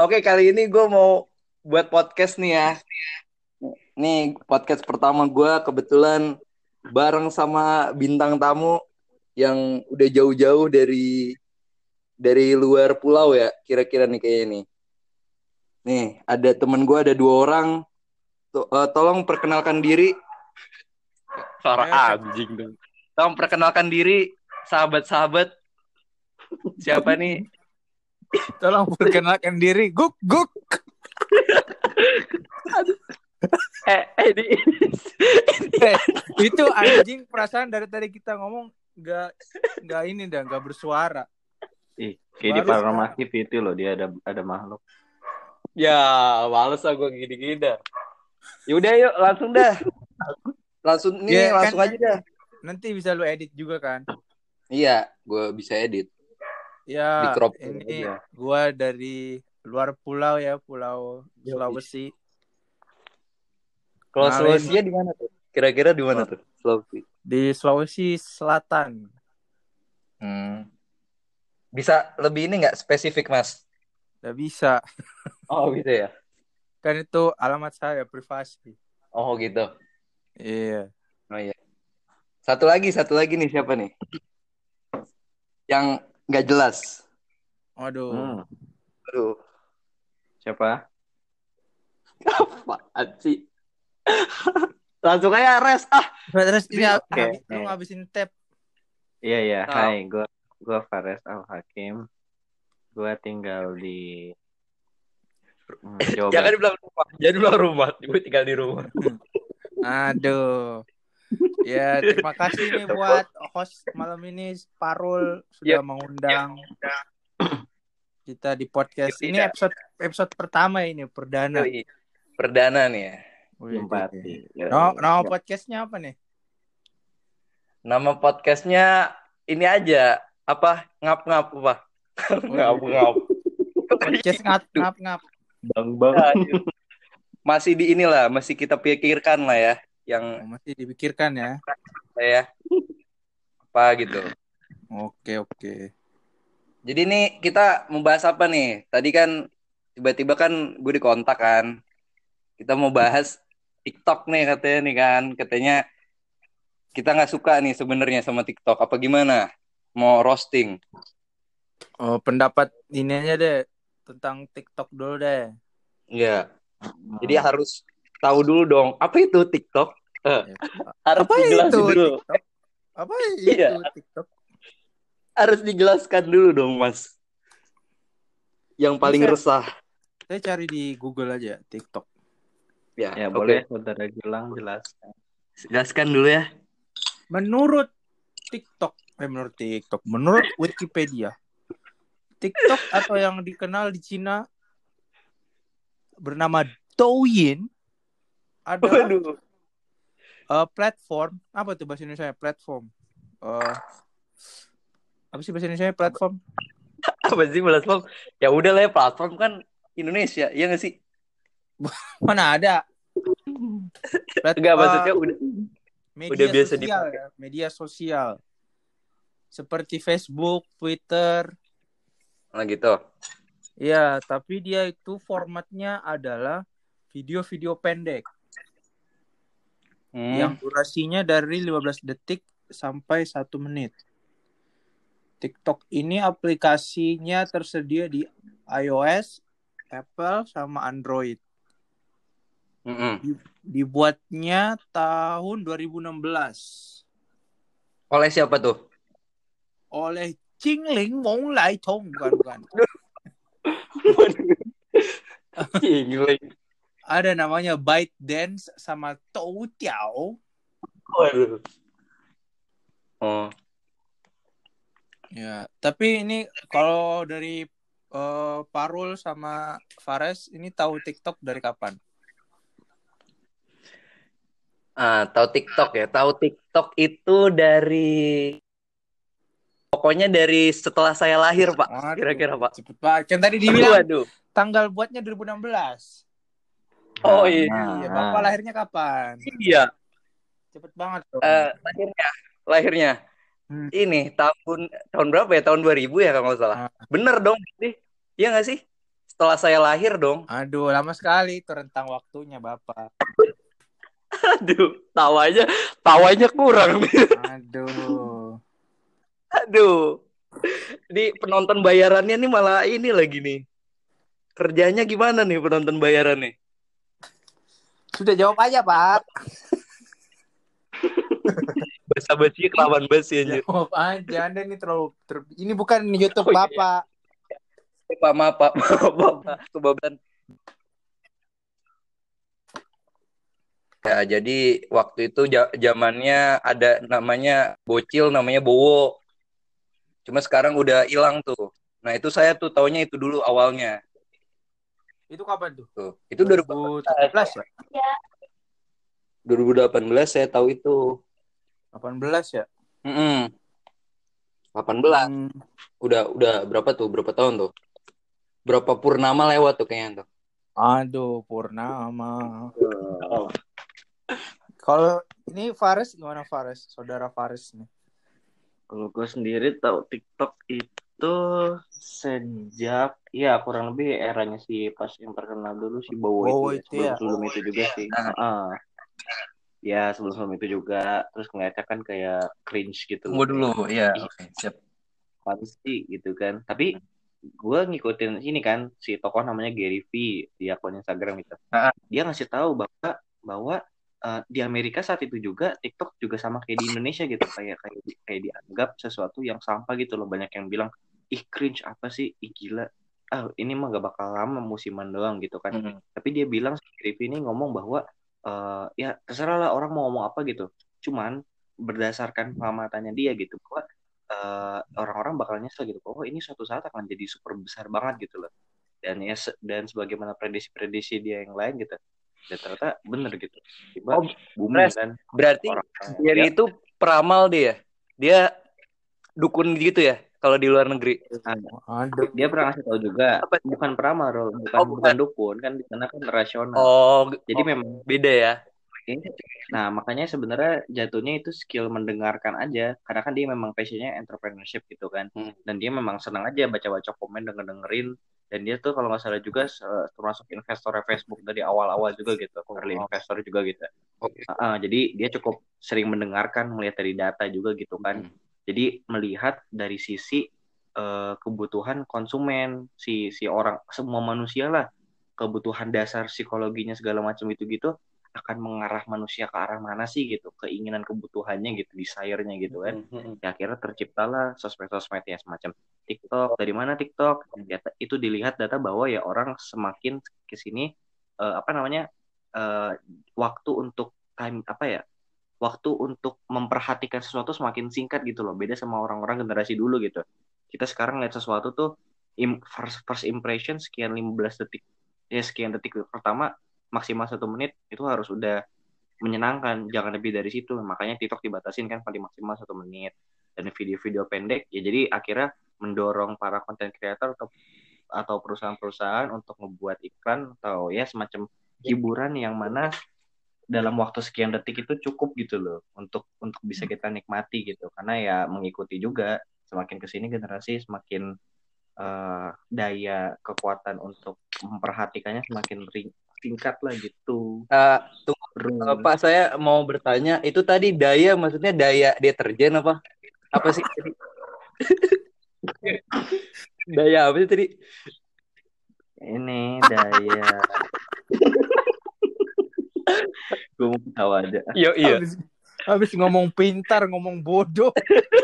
Oke, kali ini gue mau buat podcast nih ya. Nih podcast pertama gue kebetulan bareng sama bintang tamu yang udah jauh-jauh dari luar pulau ya. Kira-kira nih kayaknya nih. Nih ada temen gue ada dua orang. Tolong perkenalkan diri. Suara Siap. anjing dong. Tolong perkenalkan diri, sahabat-sahabat. Siapa nih? Tolong perkenalkan diri. Guk, guk. Ini Eh, itu anjing perasaan dari tadi kita ngomong nggak ini dah nggak bersuara. Ih, kayak di Baru sekarang. Paranormatif itu loh, dia ada makhluk. ya, males lah gue gini-gini dah. Yaudah yuk langsung dah. Ya kan Langsung aja dah. nanti bisa lu edit juga kan. Iya, gue bisa edit di Ya crop ini aja. gua dari luar pulau ya, Pulau Yoi. Sulawesi. Kalau Kenalin Sulawesi di mana tuh? Kira-kira di mana tuh? Sulawesi. di Sulawesi Selatan. Hmm. Bisa lebih ini nggak spesifik, Mas? Nggak bisa. Oh, gitu ya. Kan itu alamat saya privasi. Oh, gitu. Iya. Oh iya. Satu lagi nih siapa nih? Yang nggak jelas. Waduh. Hmm, Aduh, siapa? apaan sih? Langsung aja res. Ah, Terus ini di. Oke. lu ngabisin tab. Iya iya. Nah, Hai, gua Fares Al Hakim. Gua tinggal di Jawa jangan Barat. dibilang rumah. Jangan dibilang rumah. Gue tinggal di rumah. Aduh. Ya, terima kasih nih buat host malam ini Parul Ya, sudah mengundang kita di podcast. yoi Ini dah. episode pertama ini perdana. Yoi. Perdana nih ya. Wih, Simpati. nama podcastnya apa nih? Nama podcastnya ini aja. Apa? Ngap-ngap apa? Wih, Ngap-ngap. podcast ngap Aduh, ngap ngap. Bang. aduh. Masih di inilah, masih kita pikirkan lah ya. Yang Oh, masih dipikirkan ya. saya apa gitu. Oke, oke. Jadi nih kita membahas apa nih? Tadi kan tiba-tiba kan gue dikontak kan. Kita mau bahas TikTok nih katanya nih kan. Katanya kita nggak suka nih sebenarnya sama TikTok. Apa gimana? Mau roasting? Oh, pendapat ini aja deh tentang TikTok dulu deh. Iya. Jadi Hmm. harus tahu dulu dong. Apa itu TikTok? Eh, Ya. harus Apa itu dijelasin dulu. TikTok? Apa itu Iya, TikTok? harus dijelaskan dulu dong, Mas. Yang Ini paling resah. saya cari di Google aja TikTok. Ya, Ya oke. boleh, saudara Gilang jelaskan. Jelaskan dulu ya. Menurut menurut Wikipedia, TikTok atau yang dikenal di Cina bernama Douyin adalah Waduh. platform, apa tuh bahasa Indonesia? Platform. Eh, apa sih bahasa Indonesia platform? Apa sih platform? Ya udah lah ya, platform kan Indonesia, iya nggak sih? Mana ada Enggak, maksudnya udah media biasa sosial dipakai. ya, media sosial seperti Facebook, Twitter. Nah gitu. Ya, tapi dia itu formatnya adalah video-video pendek yang Hmm. durasinya dari 15 detik sampai 1 menit. TikTok ini aplikasinya tersedia di iOS, Apple, sama Android. Mm-mm. Dibuatnya tahun 2016 Oleh siapa tuh? oleh Jingling Wong Lai Tong. Bukan. Gila. Ada namanya ByteDance sama Toutiao. Waduh. Oh. Ya, tapi ini kalau dari Parul sama Fares ini tahu TikTok dari kapan? Tahu TikTok ya. Tahu TikTok itu pokoknya dari setelah saya lahir, Pak. Waduh, Kira-kira, Pak. cepet banget. Kan tadi dibilang Waduh. tanggal buatnya 2016. Oh iya. Iya, Bapak lahirnya kapan? Iya. Cepet banget dong. Lahirnya. Hmm. Ini tahun berapa ya? Tahun 2000 ya kalau nggak salah. Ah, Bener dong sih. Iya nggak sih? setelah saya lahir dong. Aduh, lama sekali itu rentang waktunya, Bapak. Aduh, tawanya kurang. Aduh. Aduh. Ini penonton bayarannya nih malah ini lagi nih. Kerjanya gimana nih penonton bayarannya? Sudah jawab aja, Pak. Basa-basi kelawan basi anjir. Jawab aja. Anda ini terlalu ini bukan YouTube Oh, iya. Bapak. Maaf, kebablasan. Ya, jadi waktu itu zamannya ada namanya bocil, namanya Bowo. Cuma sekarang udah hilang tuh. Nah, itu saya tuh taunya itu dulu awalnya. Itu kapan tuh? Tuh. Itu 2017 ya? 2018 saya tahu itu. 18 ya? 18. Udah berapa tuh? Berapa tahun tuh? Berapa purnama lewat tuh kayaknya tuh. Aduh, Purnama. Kalau ini Fares gimana, Fares? Saudara Fares nih. Kalau gue sendiri tahu TikTok itu sejak ya kurang lebih eranya si pas yang terkenal dulu si Bowo itu ya. Sebelum itu juga sih. Ya sebelum itu juga terus ngeliatnya kan kayak cringe gitu. Tunggu dulu, ya. Oke, siap. Pasti gitu kan. Tapi gue ngikutin ini kan si tokoh namanya Gary V di akun Instagram itu. Dia ngasih tahu bahwa di Amerika saat itu juga TikTok juga sama kayak di Indonesia gitu, kayak dianggap sesuatu yang sampah gitu loh. Banyak yang bilang ih cringe apa sih, ih gila, ini mah gak bakal lama, musiman doang gitu kan. Tapi dia bilang si Gary V ini ngomong bahwa ya terserah lah orang mau ngomong apa gitu, cuman berdasarkan pengamatannya dia gitu bahwa orang-orang bakal nyesel gitu, oh ini suatu saat akan jadi super besar banget gitu loh. Dan sebagaimana prediksi dia yang lain gitu, dan ternyata bener gitu. Tiba booming kan. Berarti Gary itu peramal dia dukun gitu ya kalau di luar negeri. Dia pernah ngasih tahu juga bukan peramal, bukan dukun kan, di sana kan rasional. Jadi memang beda ya. Nah, makanya sebenarnya jatuhnya itu skill mendengarkan aja, karena kan dia memang passionnya entrepreneurship gitu kan, dan dia memang senang aja baca-baca komen, dengerin, dan dia tuh kalau nggak salah juga termasuk investor Facebook dari awal-awal juga gitu, early investor juga gitu. Jadi dia cukup sering mendengarkan, melihat dari data juga gitu kan, jadi melihat dari sisi kebutuhan konsumen si orang, semua manusia lah, kebutuhan dasar psikologinya segala macam itu gitu akan mengarah manusia ke arah mana sih gitu, keinginan kebutuhannya gitu, desire-nya gitu kan. Ya akhirnya terciptalah sosmed-sosmed ya semacam TikTok. Dari mana TikTok? Itu dilihat data bahwa ya orang semakin kesini waktu untuk waktu untuk memperhatikan sesuatu semakin singkat gitu loh. Beda sama orang-orang generasi dulu gitu. Kita sekarang lihat sesuatu tuh first impression sekian 15 detik. Ya sekian detik pertama maksimal 1 menit itu harus udah menyenangkan, jangan lebih dari situ. Makanya TikTok dibatasin kan paling maksimal 1 menit, dan video-video pendek ya, jadi akhirnya mendorong para content creator atau perusahaan-perusahaan untuk membuat iklan atau ya semacam hiburan yang mana dalam waktu sekian detik itu cukup gitu loh untuk bisa kita nikmati gitu. Karena ya mengikuti juga semakin kesini generasi semakin daya kekuatan untuk memperhatikannya semakin singkat lah gitu. Tunggu, Pak, saya mau bertanya, itu tadi daya maksudnya daya deterjen apa? Apa sih tadi? Daya apa sih tadi? Ini daya. Gue mau ketawa aja. Iya. Habis ngomong pintar, ngomong bodoh.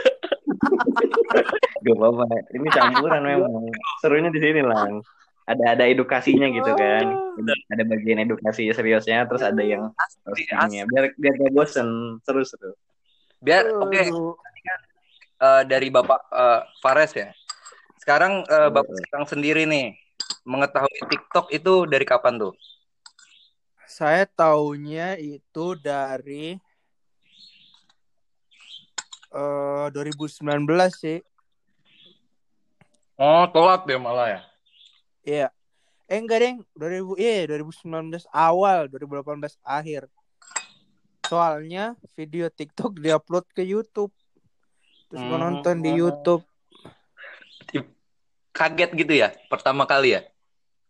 Gak apa-apa. Ini campuran memang. Serunya di sini lang. Ada edukasinya gitu kan. Ada bagian edukasi seriusnya, terus ada yang roastingnya. Biar gak bosen, seru. Biar oke. Dari Bapak Fares ya. Sekarang Bapak sekarang sendiri nih, mengetahui TikTok itu dari kapan tuh? Saya taunya itu dari 2019 sih. Oh, telat ya malah ya. Iya. Enggak, Deng. 2019 awal, 2018 akhir. Soalnya video TikTok diupload ke YouTube. Terus gue nonton di YouTube. Kaget gitu ya, pertama kali ya?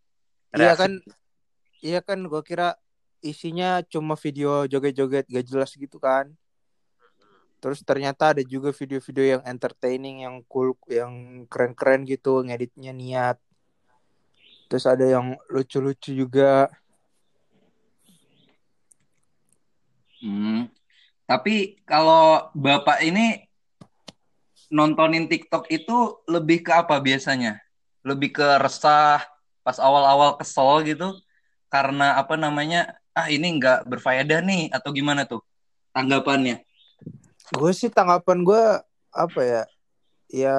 Iya reaksi. kan, iya kan, gue kira isinya cuma video joget-joget gak jelas gitu kan. Terus ternyata ada juga video-video yang entertaining, yang cool, yang keren-keren gitu, ngeditnya niat. Terus ada yang lucu-lucu juga. Tapi kalau Bapak ini nontonin TikTok itu lebih ke apa biasanya? Lebih ke resah pas awal-awal kesel gitu karena apa namanya? Ah, ini nggak berfaedah nih atau gimana tuh tanggapannya? Gue sih tanggapan gue apa ya? Ya,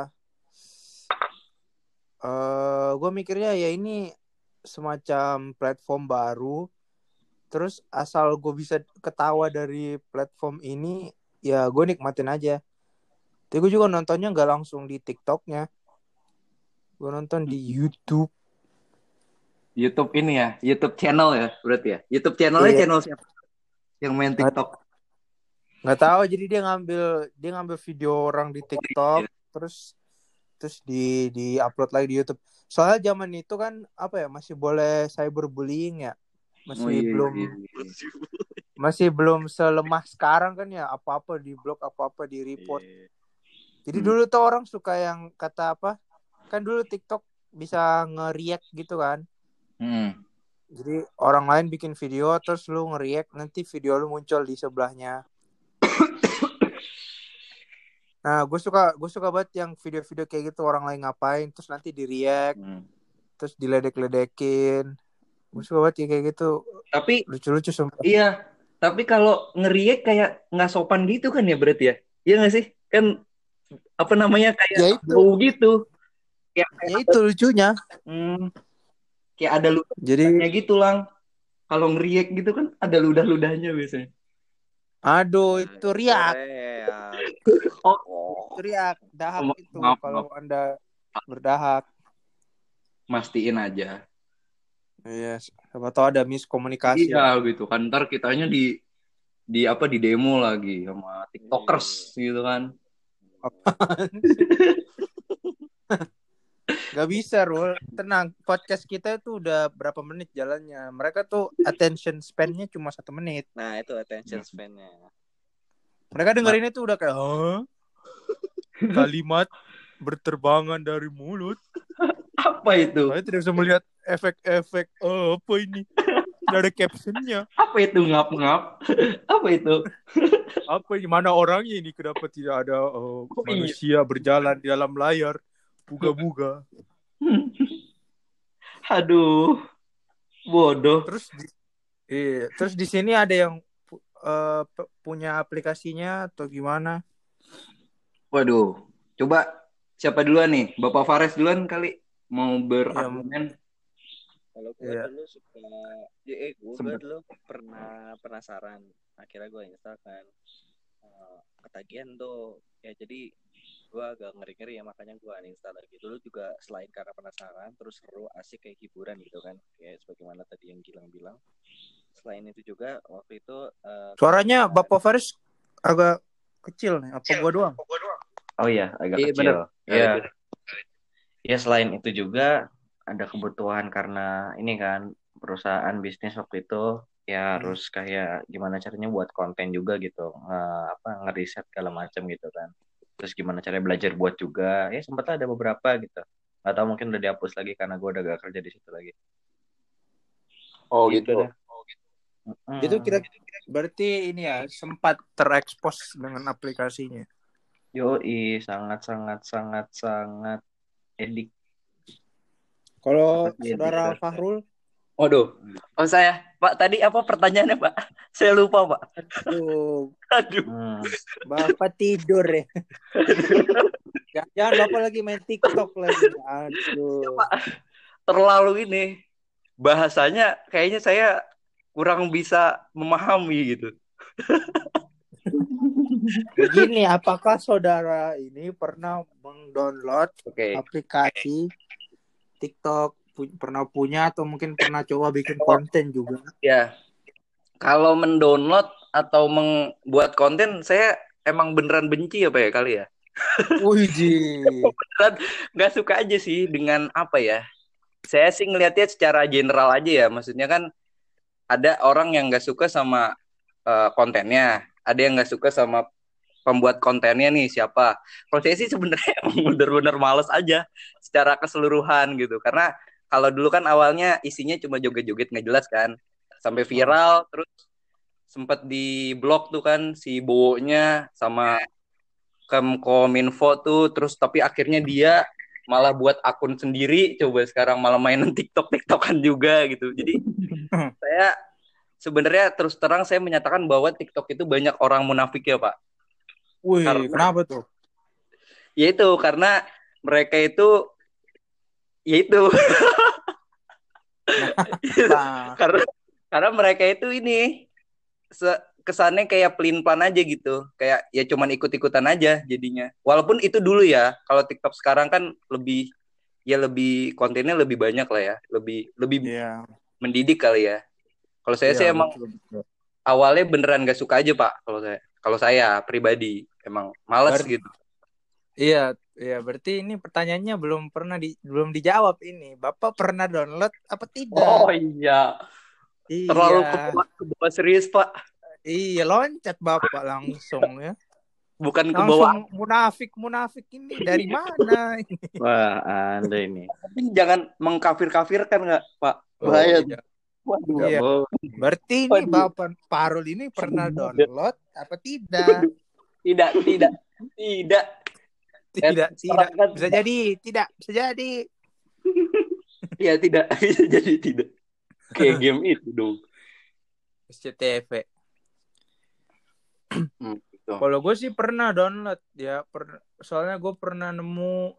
gue mikirnya ya ini semacam platform baru. Terus asal gue bisa ketawa dari platform ini, ya gue nikmatin aja. Tapi gue juga nontonnya nggak langsung di TikToknya. Gue nonton di YouTube. YouTube ini ya, YouTube channel ya berarti ya. YouTube channelnya Iya, channel siapa yang main TikTok? nggak tahu. Jadi dia ngambil video orang di TikTok, terus terus di upload lagi di YouTube. Soalnya zaman itu kan apa ya, masih boleh cyberbullying ya. Oh Masih iya, belum iya, iya. masih belum selemah sekarang kan ya, apa-apa di blok, apa-apa di report. Jadi dulu tuh orang suka yang kata apa? Kan dulu TikTok bisa nge-react gitu kan. Hmm. Jadi orang lain bikin video terus lu nge-react, nanti video lu muncul di sebelahnya. Nah, gue suka banget yang video-video kayak gitu, orang lain ngapain terus nanti di-react, terus diledek-ledekin. Gue suka banget ya kayak gitu. Tapi Lucu-lucu sumpah. iya, tapi kalau nge-react kayak nggak sopan gitu kan ya berarti ya? Iya nggak sih? Kan apa namanya kayak Ya itu, bau gitu. Kayak, ya itu lucunya. hmm, kayak ada Jadi ludahnya gitu lang. Kalau nge-react gitu kan ada ludah-ludahnya biasanya. aduh, itu riak. Oh, Itu riak. Dahak itu maaf, maaf. kalau Anda berdahak. Mastiin aja. Iya, siapa tahu ada miskomunikasi Iya ya. gitu kan. Ntar kitanya di apa di demo lagi sama TikTokers gitu kan. Gak bisa, Rul. Tenang, podcast kita itu udah berapa menit jalannya. Mereka tuh attention span-nya cuma 1 menit. Nah, itu attention span-nya. Mereka dengerinnya tuh udah kayak, hah? Kalimat berterbangan dari mulut. Apa itu? Saya tidak bisa melihat efek-efek apa ini. Tidak ada captionnya. Apa itu ngap-ngap? Apa itu? Apa ini? Mana orangnya ini? Kenapa tidak ada manusia berjalan di dalam layar? Buga-buga. Aduh, bodoh. Terus di sini ada yang punya aplikasinya atau gimana? Waduh, coba siapa duluan nih? Bapak Fares duluan kali mau berargumen. Kalau gue dulu suka, gue dulu pernah penasaran. Akhirnya gue install kan. Ketagihan tuh, ya jadi gue agak ngeri-ngeri ya, makanya gue uninstall lagi. Dulu juga selain karena penasaran, terus seru, asik kayak hiburan gitu kan, kayak sebagaimana tadi yang Gilang bilang. Selain itu juga waktu itu suaranya Bapak Faris agak kecil nih, apa gue doang? Oh iya, agak kecil. Iya. Ya selain itu juga ada kebutuhan karena ini kan perusahaan bisnis waktu itu ya harus kayak gimana caranya buat konten juga gitu, ngeriset segala macam gitu kan. Terus gimana caranya belajar buat juga, ya sempat ada beberapa gitu. Nggak tahu mungkin udah dihapus lagi karena gue udah gak kerja di situ lagi. Oh gitu. Itu kira-kira berarti ini ya sempat terekspos dengan aplikasinya. Yoi, sangat edik. Kalau saudara Fahrul? Waduh. Oh saya, Pak tadi apa pertanyaannya Pak? Saya lupa Pak. Aduh. Bapak tidur ya. Jangan Bapak lagi main TikTok lagi. Aduh. Ya, Pak. Terlalu ini bahasanya kayaknya saya kurang bisa memahami gitu. Begini, apakah saudara ini pernah mendownload aplikasi TikTok? Pernah punya atau mungkin pernah coba bikin konten juga? Ya, kalau mendownload atau membuat konten saya emang beneran benci apa ya kali ya? Wih, beneran nggak suka aja sih dengan apa ya? saya sih ngelihatnya secara general aja ya. Maksudnya kan ada orang yang nggak suka sama kontennya, ada yang nggak suka sama pembuat kontennya nih siapa. Kalau saya sih sebenarnya emang bener-bener males aja secara keseluruhan gitu. Karena kalau dulu kan awalnya isinya cuma joget-joget nggak jelas kan, sampai viral, terus sempat di blok tuh kan si Bowo-nya sama Kemkominfo tuh, terus tapi akhirnya dia malah buat akun sendiri, coba sekarang malah mainin TikTok-TikTokan juga gitu. Jadi saya sebenarnya terus terang saya menyatakan bahwa TikTok itu banyak orang munafik ya Pak. Wih, Karena kenapa tuh? ya itu karena mereka itu ya itu Nah, karena mereka itu ini kesannya kayak pelin-pelan aja gitu, kayak ya cuman ikut-ikutan aja jadinya. Walaupun itu dulu ya, kalau TikTok sekarang kan lebih kontennya lebih banyak lah ya, lebih iya, mendidik kali ya. Kalau saya iya sih emang betul betul. awalnya beneran gak suka aja Pak. Kalau saya pribadi emang males Ber- gitu. iya, iya berarti ini pertanyaannya belum dijawab ini. Bapak pernah download apa Oh tidak? iya, terlalu Iya, ke bawah serius Pak. iya loncat Bapak langsung ya. Bukan ke bawah, Langsung munafik ini dari mana ini? Wah, Anda ini. tapi jangan mengkafir-kafirkan nggak Pak? Oh Bahaya tuh. iya. Waduh. Nggak Iya. boleh. Berarti ini Waduh. Bapak Parul ini pernah Waduh. download apa tidak? Tidak, tidak, tidak. Tidak, tidak. Terangkan Bisa tidak. jadi, tidak. Bisa jadi. Ya tidak. Jadi tidak. Kayak game itu dong. SCTV. Gitu. Kalau gue sih pernah download ya, soalnya gue pernah nemu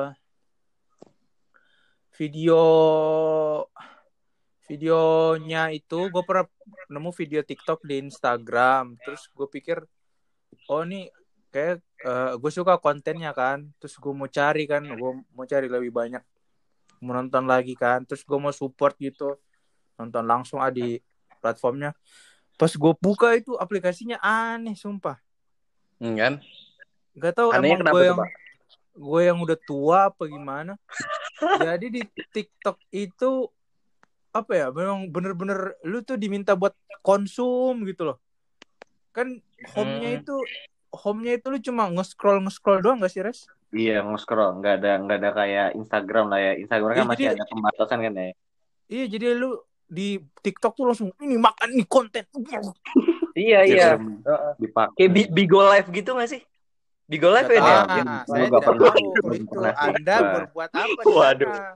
videonya itu, gue pernah nemu video TikTok di Instagram, terus gue pikir, oh nih kayak gue suka kontennya kan, terus gue mau cari lebih banyak, mau nonton lagi kan, terus gue mau support gitu, nonton langsung di platformnya. Pas gue buka itu aplikasinya aneh, sumpah. Kan? Gak tahu Anehnya emang kenapa tuh, Pak? gue yang udah tua apa gimana. Jadi di TikTok itu apa ya? Memang bener-bener lu tuh diminta buat konsum gitu loh. Kan home-nya itu lu cuma nge-scroll doang gak sih, Res? Iya, nge-scroll. Nggak ada kayak Instagram lah ya. Instagram kan masih Jadi ada pembatasan kan ya. iya, jadi lu di TikTok tuh langsung ini makan nih konten. Iya. Dipakai. Kayak Bigo Live gitu nggak sih? Bigo Live ya? Saya Gua tidak pernah. tahu Gua itu pernah sih. Anda Wah. berbuat apa di Waduh. sana.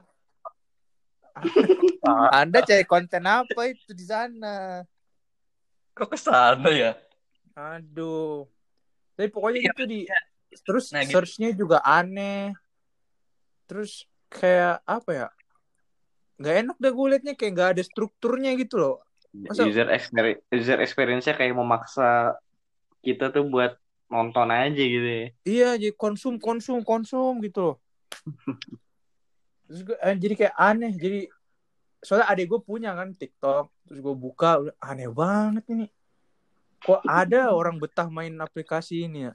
Anda cari konten apa itu di sana? Kok kesana ya? Aduh. Tapi pokoknya gitu terus Nah, gitu. search-nya juga aneh. Terus kayak apa ya? Gak enak deh gue liatnya, kayak gak ada strukturnya gitu loh. Masa User experience-nya kayak memaksa kita tuh buat nonton aja gitu ya. iya, jadi konsum gitu loh. Terus jadi kayak aneh. Jadi soalnya adek gue punya kan TikTok, terus gue buka, aneh banget ini. Kok ada orang betah main aplikasi ini ya?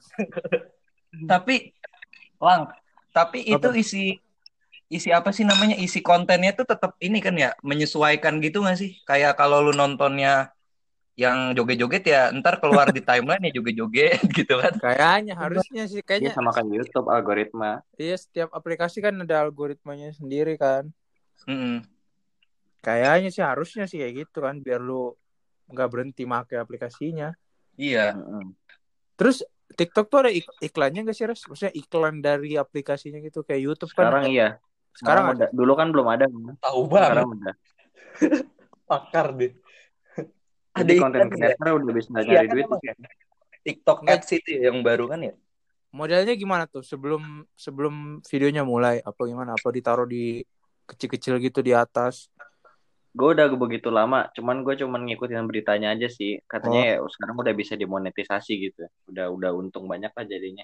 Tapi itu isi apa sih namanya? Isi kontennya tuh tetap ini kan ya, menyesuaikan gitu nggak sih? Kayak kalau lu nontonnya yang joget-joget ya, ntar keluar di timeline ya joget-joget gitu kan? Kayaknya harusnya sih, Dia kayaknya. sama kayak YouTube algoritma. Iya, setiap aplikasi kan ada algoritmanya sendiri kan. Mm-mm. Kayaknya sih harusnya sih kayak gitu kan, biar lu nggak berhenti pakai aplikasinya. Iya. Terus TikTok tuh ada iklannya nggak sih, Res? Maksudnya iklan dari aplikasinya gitu kayak YouTube Sekarang kan? iya. Sekarang ada. udah. Dulu kan belum ada. Tahu banget. Sekarang udah. Pakar deh. Jadi konten kreator udah bisa nyari duit. Ya. TikTok Ads itu yang baru kan ya? Modelnya gimana tuh sebelum videonya mulai? Apa gimana? Apa ditaruh di kecil-kecil gitu di atas? Gue udah begitu lama, cuman ngikutin beritanya aja sih. Katanya ya sekarang udah bisa dimonetisasi gitu. Udah untung banyak lah jadinya.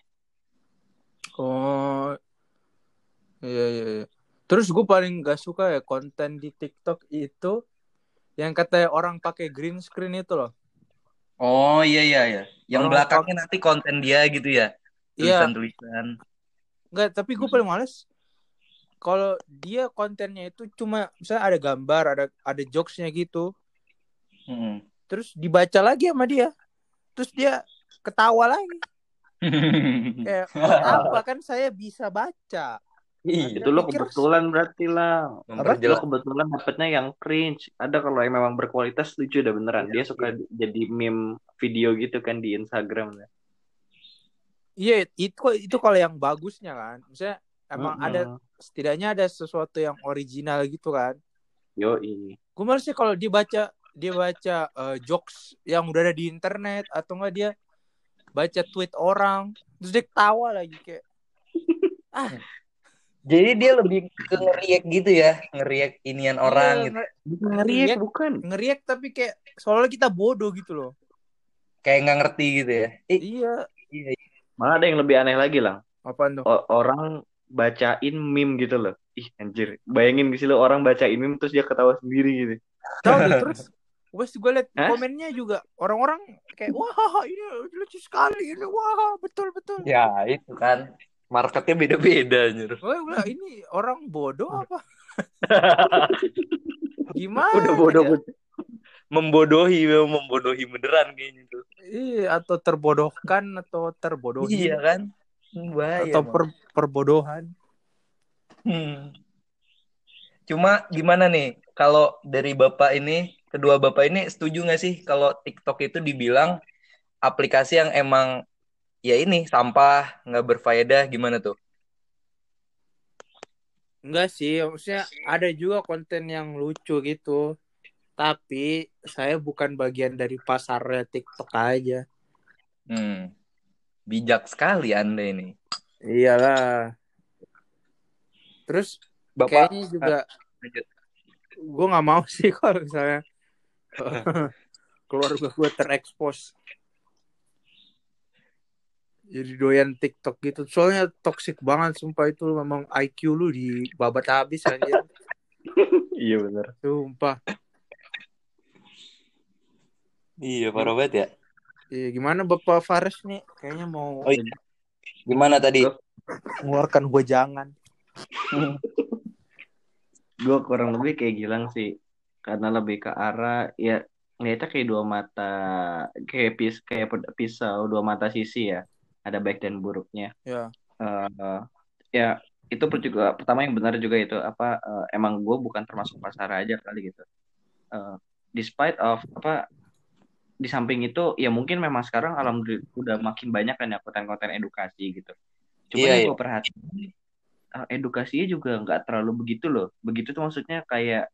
Oh, iya. Terus gue paling gak suka ya konten di TikTok itu yang katanya orang pakai green screen itu loh. Oh iya. Yang Orang belakangnya nanti konten dia gitu ya. Tulisan-tulisan. Enggak, tapi gue paling males kalau dia kontennya itu cuma misalnya ada gambar, ada jokesnya gitu, terus dibaca lagi sama dia, terus dia ketawa lagi. Kayak buat apa kan saya bisa baca. Itu lo kebetulan berarti lah. Lo kebetulan dapetnya yang cringe. Ada kalau yang memang berkualitas lucu udah beneran. Dia suka jadi meme video gitu kan di Instagram. Iya, itu kalau yang bagusnya kan. Misalnya emang ada setidaknya ada sesuatu yang original gitu kan. Yoi. Gue malasnya kalau dia baca jokes yang udah ada di internet, atau enggak dia baca tweet orang terus dia ketawa lagi kayak Jadi dia lebih ke nge-react gitu ya, nge-react inian orang gitu. Nge-react bukan. Nge-react tapi kayak soalnya kita bodoh gitu loh. Kayak nggak ngerti gitu ya. Iya. Malah ada yang lebih aneh lagi lah. Apaan tuh? Orang bacain meme gitu loh. Ih anjir. Bayangin gitu lo orang bacain meme terus dia ketawa sendiri gitu. Tahu terus gue liat komennya juga orang-orang kayak wah ini lucu sekali ini, wah betul. Ya itu kan. Marketnya beda-beda anjir. Wah, ini orang bodoh apa? Gimana? Udah bodoh. Membodohi beneran kayaknya tuh. Iya, atau terbodohkan atau terbodohi. Iya kan? Bahaya, atau perbodohan. Cuma gimana nih kalau dari kedua bapak ini setuju nggak sih kalau TikTok itu dibilang aplikasi yang emang ya ini sampah, nggak berfaedah, gimana tuh? Enggak sih, maksudnya ada juga konten yang lucu gitu. Tapi saya bukan bagian dari pasarnya TikTok aja. Bijak sekali Anda ini. Iyalah. Terus Bapak, kayaknya juga gue nggak mau sih kalau misalnya keluarga gue terekspos jadi doyan TikTok gitu. Soalnya toksik banget sumpah, itu memang IQ lu dibabat habis aja. Iya benar. Sumpah. Iya parah banget ya. Iya, gimana Bapak Fares nih? Kayaknya mau gimana tadi? Mengeluarkan gue jangan. Gue kurang lebih kayak Gilang sih. Karena lebih ke arah ya ngeliatnya kayak dua mata, kayak pisau dua mata sisi ya. Ada baik dan buruknya. Ya. Ya itu juga pertama yang benar juga itu emang gue bukan termasuk pasar aja kali gitu. Despite of di samping itu ya mungkin memang sekarang alhamdulillah udah makin banyak kan ya konten-konten edukasi gitu. Cuma yang gue perhatiin edukasinya juga nggak terlalu begitu loh. Begitu tuh maksudnya kayak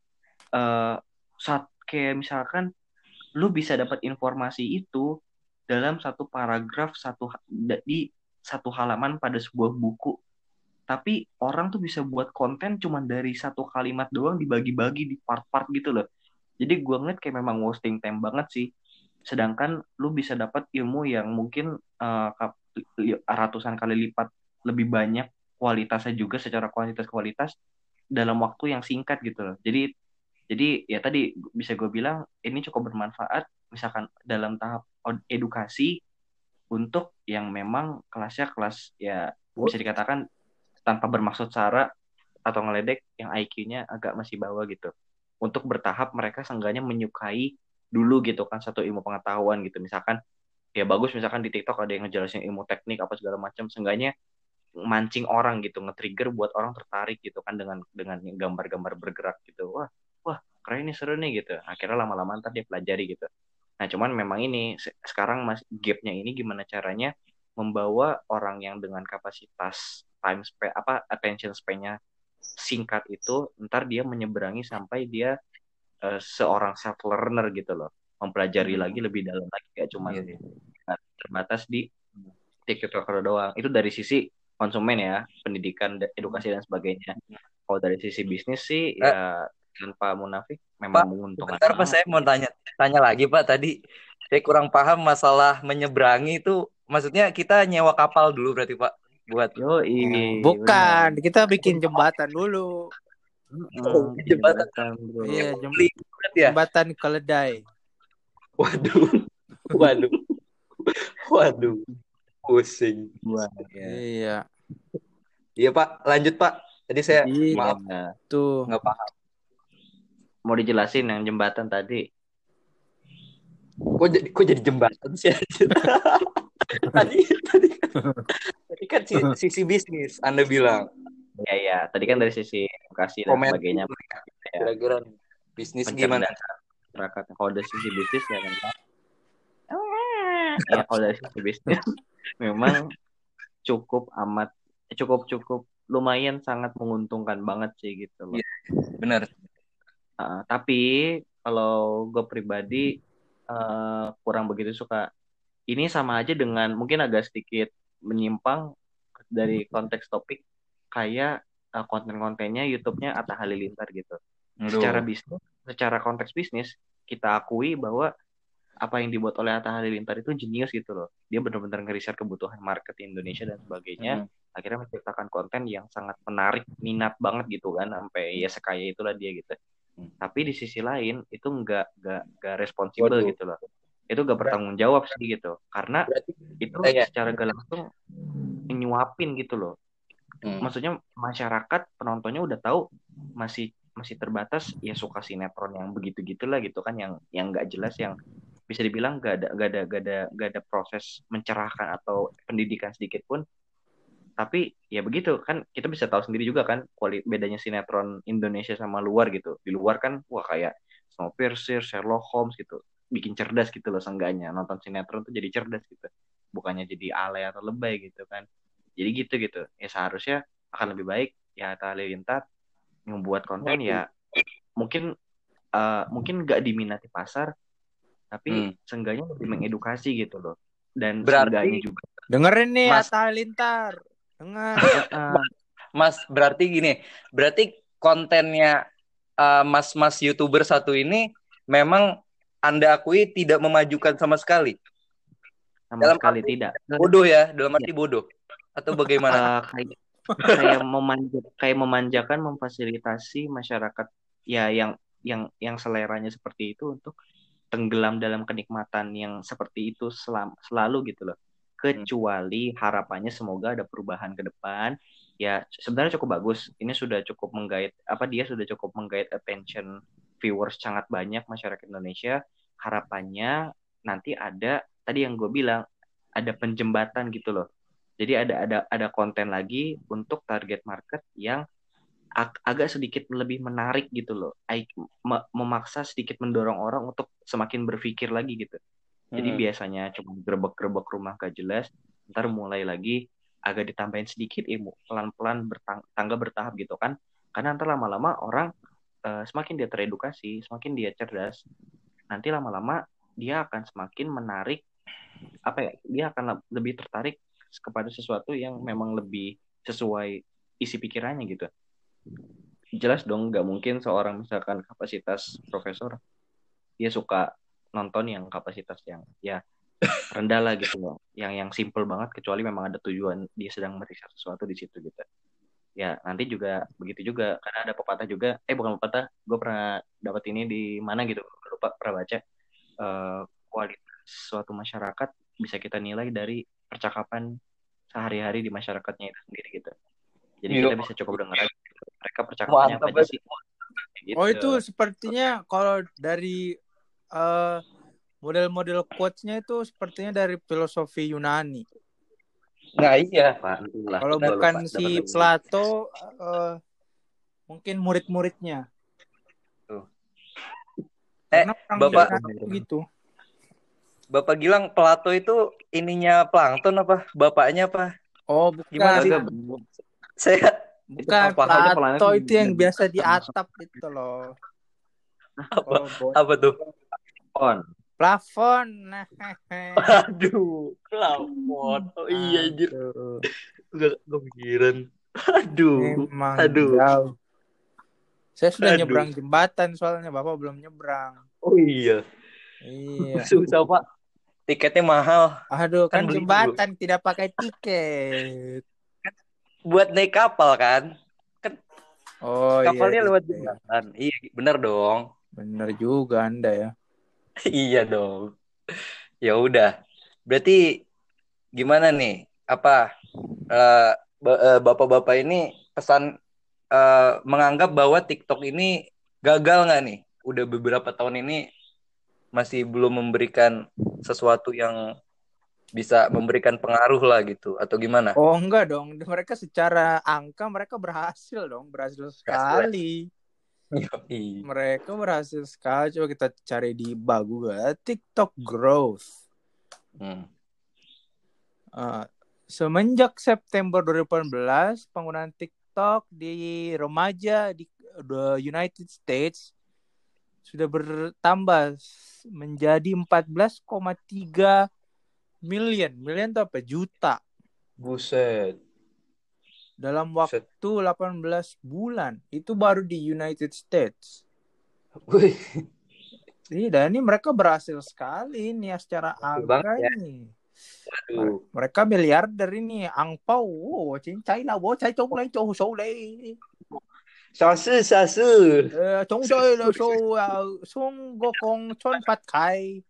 kayak misalkan lu bisa dapat informasi itu dalam satu paragraf di satu halaman pada sebuah buku. Tapi orang tuh bisa buat konten cuma dari satu kalimat doang dibagi-bagi di part-part gitu loh. Jadi gue ngeliat kayak memang wasting time banget sih. Sedangkan lu bisa dapat ilmu yang mungkin ratusan kali lipat lebih banyak kualitasnya juga secara kualitas dalam waktu yang singkat gitu loh. Jadi ya tadi bisa gue bilang ini cukup bermanfaat misalkan dalam tahap edukasi untuk yang memang kelasnya kelas ya bisa dikatakan tanpa bermaksud sara atau ngeledek yang IQ-nya agak masih bawah gitu. Untuk bertahap mereka seenggaknya menyukai dulu gitu kan satu ilmu pengetahuan gitu. Misalkan ya bagus misalkan di TikTok ada yang ngejelasin ilmu teknik apa segala macam, seenggaknya mancing orang gitu, nge-trigger buat orang tertarik gitu kan dengan gambar-gambar bergerak gitu. Wah, keren nih, seru nih gitu. Akhirnya lama-lama ntar dia pelajari gitu. Nah, cuman memang ini sekarang gapnya ini gimana caranya membawa orang yang dengan kapasitas attention span-nya singkat itu ntar dia menyeberangi sampai dia seorang self learner gitu loh, mempelajari lagi lebih dalam lagi, kayak cuma terbatas di TikToker doang. Itu dari sisi konsumen ya, pendidikan, edukasi dan sebagainya. Kalau dari sisi bisnis sih ya tanpa munafik memang menguntungkan. Bentar Pak, saya mau tanya lagi Pak, tadi saya kurang paham masalah menyeberangi itu, maksudnya kita nyewa kapal dulu berarti Pak buat bukan bener. Kita bikin jembatan dulu. Jembatan bro. Iya, jembatan keledai. Waduh pusing. Iya Pak, lanjut Pak, Tadi saya Jadi maaf tuh nggak paham. Mau dijelasin yang jembatan tadi. Kok jadi jembatan sih? tadi tadi tadi kan sisi bisnis Anda bilang. Ya, tadi kan dari sisi edukasi dan Komen sebagainya. dulu ya. Ya, Kira-kira bisnis gimana? pencerdasan masyarakat. Kalau dari sisi bisnis ya memang, ya kalau dari sisi bisnis memang cukup lumayan sangat menguntungkan banget sih gitu loh. Iya, benar. Tapi kalau gue pribadi kurang begitu suka. Ini sama aja dengan mungkin agak sedikit menyimpang dari konteks topik kayak konten-kontennya YouTube-nya Atta Halilintar gitu. Secara konteks bisnis kita akui bahwa apa yang dibuat oleh Atta Halilintar itu jenius gitu loh. Dia benar-benar ngeriset kebutuhan market di Indonesia dan sebagainya. Akhirnya menciptakan konten yang sangat menarik, minat banget gitu kan, sampai ya sekaya itulah dia gitu. Tapi di sisi lain itu nggak responsibel gitu loh. Itu nggak bertanggung jawab sih gitu. Karena itu secara gak langsung nyuapin gitu loh. Maksudnya masyarakat penontonnya udah tahu masih terbatas ya suka sinetron yang begitu gitulah gitu kan, yang nggak jelas, yang bisa dibilang gak ada proses mencerahkan atau pendidikan sedikit pun. Tapi ya begitu kan, kita bisa tahu sendiri juga kan bedanya sinetron Indonesia sama luar gitu. Di luar kan wah kayak Snowpiercer, Sherlock Holmes gitu, bikin cerdas gitu loh, seenggaknya nonton sinetron tuh jadi cerdas gitu, bukannya jadi alay atau lebay gitu kan. Jadi gitu ya seharusnya akan lebih baik ya Atta Halilintar membuat konten ya mungkin gak diminati pasar, tapi seenggaknya lebih mengedukasi gitu loh. Dan seenggaknya juga dengerin nih Atta Halilintar. Dengar. Mas, berarti kontennya mas-mas YouTuber satu ini memang Anda akui tidak memajukan sama sekali. Sama sekali tidak. Bodoh ya, dalam arti bodoh. Atau bagaimana? Kayak memanjakan, memfasilitasi masyarakat ya yang seleranya seperti itu untuk tenggelam dalam kenikmatan yang seperti itu selalu gitu loh. Kecuali harapannya semoga ada perubahan ke depan. Ya sebenarnya cukup bagus. Ini sudah cukup menggait dia sudah cukup menggait attention viewers sangat banyak masyarakat Indonesia. Harapannya nanti ada tadi yang gue bilang, ada penjembatan gitu loh. Jadi ada konten lagi untuk target market yang agak sedikit lebih menarik gitu loh. Memaksa sedikit mendorong orang untuk semakin berpikir lagi gitu. Jadi biasanya cuma gerebek-gerebek rumah gak jelas, ntar mulai lagi agak ditambahin sedikit ilmu, pelan-pelan tangga bertahap gitu kan. Karena ntar lama-lama orang semakin dia teredukasi, semakin dia cerdas, nanti lama-lama dia akan semakin menarik, dia akan lebih tertarik kepada sesuatu yang memang lebih sesuai isi pikirannya gitu. Jelas dong, nggak mungkin seorang misalkan kapasitas profesor dia suka nonton yang kapasitas yang ya rendah lah gitu loh, yang simple banget, kecuali memang ada tujuan dia sedang meriset sesuatu di situ gitu. Ya nanti juga begitu juga, karena ada pepatah juga, bukan pepatah, gue pernah dapat ini di mana gitu, lupa, pernah baca, kualitas suatu masyarakat bisa kita nilai dari percakapan sehari-hari di masyarakatnya itu sendiri gitu. Jadi kita bisa cukup dengar aja mereka percakapannya apa aja sih. Gitu. Oh itu sepertinya kalau dari model-model quotes-nya itu sepertinya dari filosofi Yunani. Nah iya. Kalau bukan si Plato, mungkin murid-muridnya. Bapak gitu. Bapak Gilang, Plato itu ininya Plankton apa? Bapaknya apa? Oh bukan. Gimana sih? Saya bukan Plato itu yang biasa di atap itu loh. Apa tuh? Plafon. Aduh, plafon. Oh iya anjir. Gak kepikiran. Aduh. Jauh. Saya sudah nyebrang jembatan soalnya Bapak belum nyebrang. Oh iya. Susah Pak. Tiketnya mahal. Aduh, kan jembatan tidak pakai tiket. Buat naik kapal kan? Kapalnya iya. lewat jembatan. Iya, benar dong. Benar juga Anda ya. Iya dong. Ya udah. Berarti gimana nih? Apa bapak-bapak ini menganggap bahwa TikTok ini gagal nggak nih? Udah beberapa tahun ini masih belum memberikan sesuatu yang bisa memberikan pengaruh lah gitu, atau gimana? Oh enggak dong, mereka secara angka mereka berhasil dong, berhasil Berhasil ya? sekali. Yoi. Mereka berhasil sekali. Coba kita cari di Google TikTok growth. Hmm. Semenjak September 2018, penggunaan TikTok di remaja di the United States sudah bertambah menjadi 14,3 million. Million itu apa? Juta. Buset. Dalam Buset. waktu 18 bulan. Itu baru di United States. Wih, Iya, dan ini mereka berhasil sekali nih ya secara berhasil angka banget ya. ini. Aduh. Mereka miliarder ini. Angpau. Wow, cincai lah. Wow, cai chong lai chong shou lai. 小事。 Chong choi là shou sung go kong chon pat kai.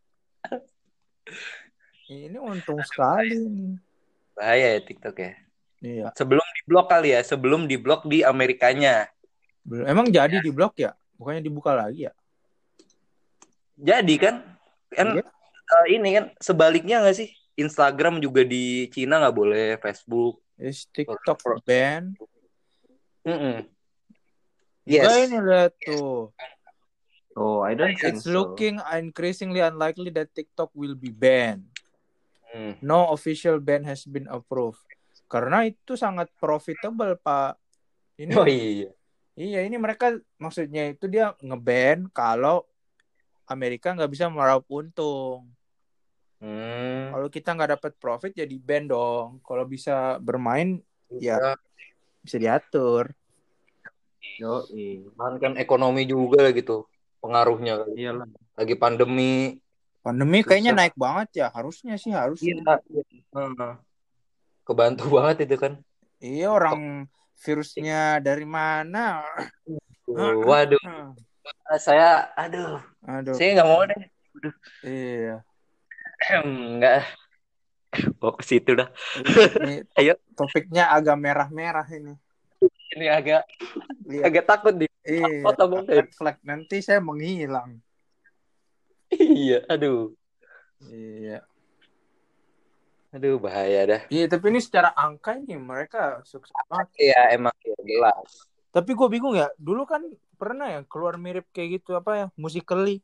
Ini untung sekali nih. Bahaya ya TikTok ya. Iya. Sebelum diblok kali ya, sebelum diblok di Amerikanya. Emang jadi di blok ya? Bukannya dibuka lagi ya? Jadi kan Iya. Ini kan sebaliknya nggak sih? Instagram juga di Cina nggak boleh, Facebook. TikTok ban. Mm-mm. Enggak, Yes. ini lihat tuh. Oh, I don't think It's so. looking increasingly unlikely that TikTok will be banned. Hmm. No official ban has been approved. Karena itu sangat profitable, Pak. Ini Oh iya. Iya, ini mereka maksudnya itu dia nge-ban kalau Amerika nggak bisa meraup untung. Kalau kita nggak dapat profit jadi ban dong. Kalau bisa bermain ya bisa diatur. Yo, Kan ekonomi juga lah gitu pengaruhnya. iyalah. Lagi pandemi. Pandemi kayaknya naik banget ya. Harusnya. Iya. Kebantu banget itu kan. Iya, orang virusnya dari mana? Waduh. Saya Aduh. nggak mau deh. Iya. Enggak. Bawa ke situ dah. Ini Ayo. topiknya agak merah-merah ini. Ini agak takut di. Iya. Flag nanti saya menghilang. Iya, aduh. Iya. Aduh, bahaya dah. Iya, tapi ini secara angka ini mereka sukses banget. Iya, emang ya, jelas. Tapi gue bingung ya, dulu kan pernah ya keluar mirip kayak gitu apa ya, Musical.ly.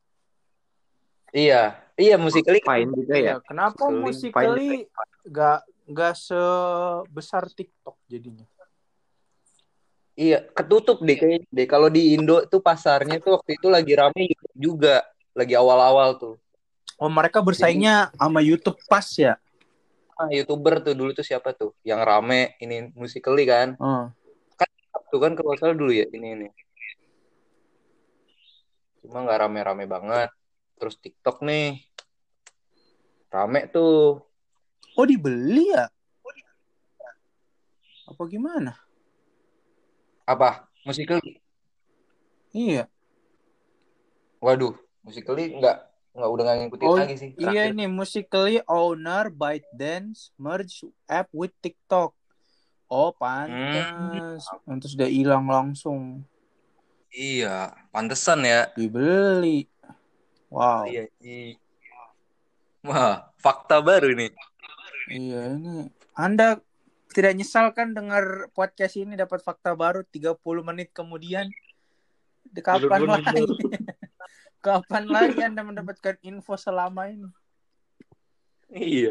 Iya, Musical.ly Fine juga ya. Kenapa Musical.ly gak sebesar TikTok jadinya? Iya, ketutup deh kayaknya deh. Kalau di Indo tuh pasarnya tuh waktu itu lagi rame YouTube juga, lagi awal-awal tuh. Oh, mereka bersaingnya sama YouTube pas ya? YouTuber tuh dulu tuh siapa tuh yang rame ini Musical.ly kan? Kan tuh kan kalau salah dulu ya ini. Cuma nggak rame-rame banget. Terus TikTok nih rame tuh. Oh, dibeli ya? Apa gimana? Apa? Musical.ly? Iya. Waduh, Musical.ly udah nggak ngikutin lagi sih. Iya, ini Musical.ly owner ByteDance merge app with TikTok. Oh, pantas. Pantas udah hilang langsung. Iya, pantesan ya. Dibeli. Wow. Iya. Wah, fakta baru nih. Iya, ini Anda tidak nyesal kan dengar podcast ini dapat fakta baru 30 menit kemudian? Kapan lagi? Kapan lagi Anda mendapatkan info selama ini? Iya.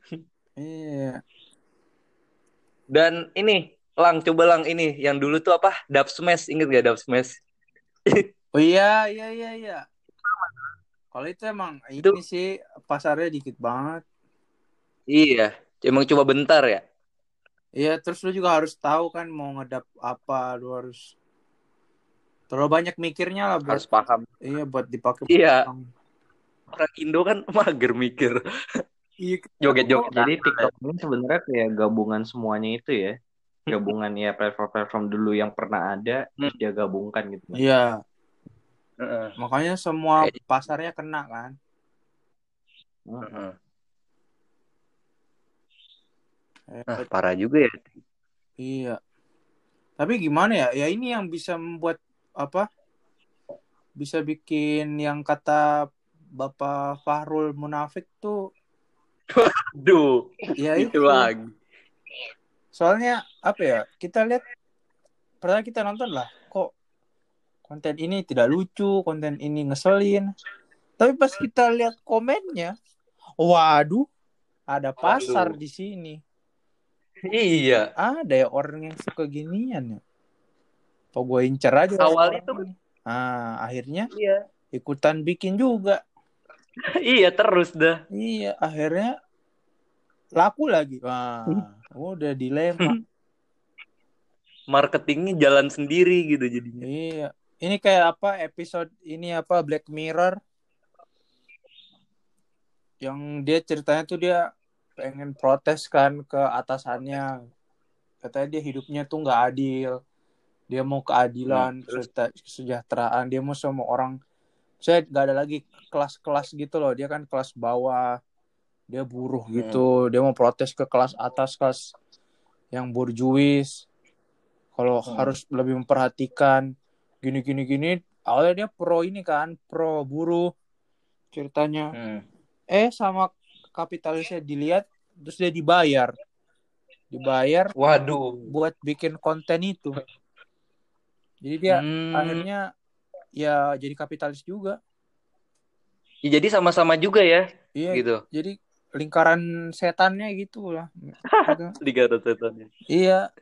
Dan ini, coba ini yang dulu tuh apa? Dub Smash, inget gak Dub Smash? Oh iya. Kalau itu emang ini sih pasarnya dikit banget. Iya, emang cuma bentar ya. Iya, terus lu juga harus tahu kan mau ngedap apa, lu harus terlalu banyak mikirnya lah buat harus paham. Iya, buat dipakai. Iya. Orang Indo kan mager mikir. Iya. Joget-joget. Jadi TikTok ini sebenarnya kayak gabungan semuanya itu ya. Gabungan ya platform-platform dulu yang pernah ada terus dia gabungkan gitu. Iya. Makanya semua pasarnya kena kan. Parah juga ya. Iya. Tapi gimana ya? Ya ini yang bisa membuat apa? Bisa bikin yang kata Bapak Fahrul munafik tuh Duh, ya itu itu. lagi. Soalnya apa ya? Kita lihat pernah kita nonton lah, kok konten ini tidak lucu, konten ini ngeselin. Tapi pas kita lihat komennya, waduh, ada pasar Waduh. di sini. Iya. Ada ya orang yang suka ginian ya. Apa gue incer aja Awalnya orang tuh ini. Akhirnya iya. ikutan bikin juga. Iya terus dah. Iya, akhirnya laku lagi. Wah, udah dilema. Marketingnya jalan sendiri gitu jadinya. Iya. Ini kayak apa episode ini apa Black Mirror yang dia ceritanya tuh dia pengen protes kan ke atasannya. Katanya dia hidupnya tuh nggak adil. Dia mau keadilan, Terus kesejahteraan. Dia mau semua orang. Saya nggak ada lagi kelas-kelas gitu loh. Dia kan kelas bawah. Dia buruh gitu. Dia mau protes ke kelas atas, kelas yang borjuis. Kalau harus lebih memperhatikan gini. Awalnya dia pro ini kan, pro buruh ceritanya. Sama kapitalisnya dilihat, terus dia dibayar waduh. buat bikin konten itu. Jadi dia akhirnya ya jadi kapitalis juga. Ya, jadi sama-sama juga ya. Iya, Gitu. jadi lingkaran setannya gitu lah. Liga setannya. Iya.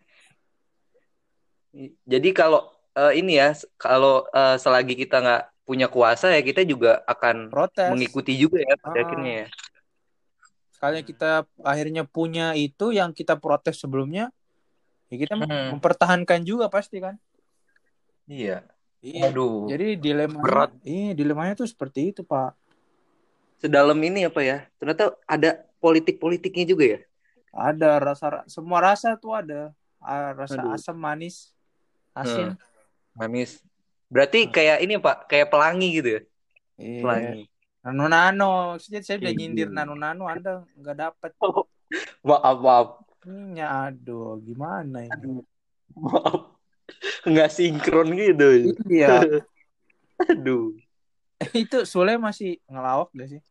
Jadi kalau ini ya, kalau selagi kita nggak punya kuasa ya kita juga akan Protes. mengikuti juga ya pada akhirnya ya. Sekali kita akhirnya punya itu yang kita protes sebelumnya, ya kita mempertahankan juga pasti kan. Iya. Iya. Aduh. Jadi dilemanya, berat. Dilemanya tuh seperti itu Pak. Sedalam ini apa ya? Ternyata ada politik-politiknya juga ya. Ada semua rasa tuh ada. Rasa asam, manis, asin. Manis. Berarti kayak ini Pak, kayak pelangi gitu ya? Iya. Pelangi. Nano. Saya udah nyindir nano. Anda nggak dapat. Maaf. Ini aduh, gimana ini? Maaf. Nggak sinkron gitu. Iya. Aduh. Itu Sule masih ngelawak gak sih?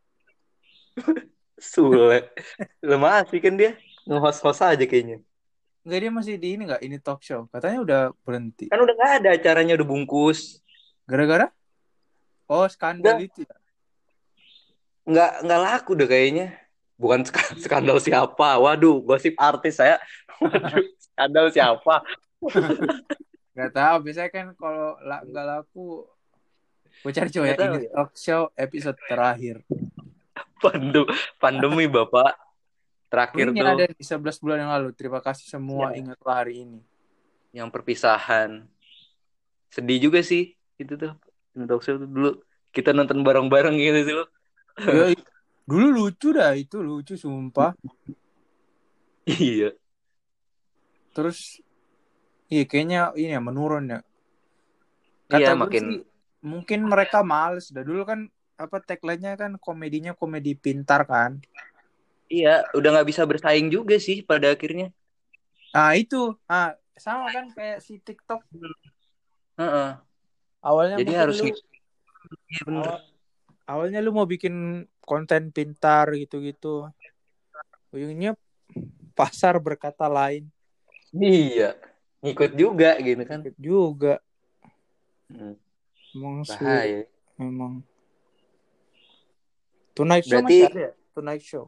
Sule. Lemah sih kan dia. Nge-host aja kayaknya. Enggak, dia masih di ini nggak? Ini talk show. Katanya udah berhenti. Kan udah nggak ada acaranya, udah bungkus. Gara-gara? Oh, skandal itu ya? Nggak laku deh kayaknya. Bukan skandal siapa. Waduh, gosip artis saya. Waduh, skandal siapa? Gak tahu. Biasanya kan kalau nggak laku, gue cari coba ya. Ini talk show episode terakhir. Pandemi Bapak. Terakhir ini tuh. ada di 11 bulan yang lalu. Terima kasih semua, ingatlah hari ini. Yang perpisahan. Sedih juga sih. Itu tuh. Talk show tuh dulu. Kita nonton bareng-bareng gitu sih lo. Ya, dulu lucu dah. Itu lucu sumpah. Iya. Terus kayaknya ini ya menurun ya. Iya, Kata gue sih mungkin mereka males. Dah dulu kan apa tagline-nya kan komedinya komedi pintar kan. Iya, udah nggak bisa bersaing juga sih pada akhirnya. Itu. Sama kan kayak si TikTok. Awalnya jadi harus iya bener. Awalnya lu mau bikin konten pintar gitu-gitu. Ujungnya pasar berkata lain. Iya. Ngikut juga gitu kan. Ngikut juga. Emang bahaya. Memang. Tonight Show berarti, masih ada ya? Tonight Show.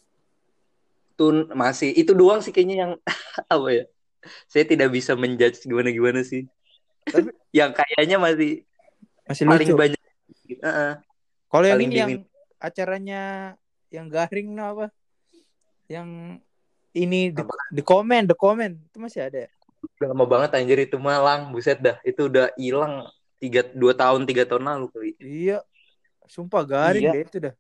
Masih. Itu doang sih kayaknya yang apa ya? Saya tidak bisa menjudge gimana sih. Tapi yang kayaknya masih paling lucu. Banyak. Kalau yang ini yang acaranya yang garing apa? Yang ini the comment itu masih ada ya? Udah lama banget anjir itu malang, buset dah. Itu udah hilang 3 tahun lalu kali. Iya. Sumpah garing deh itu dah.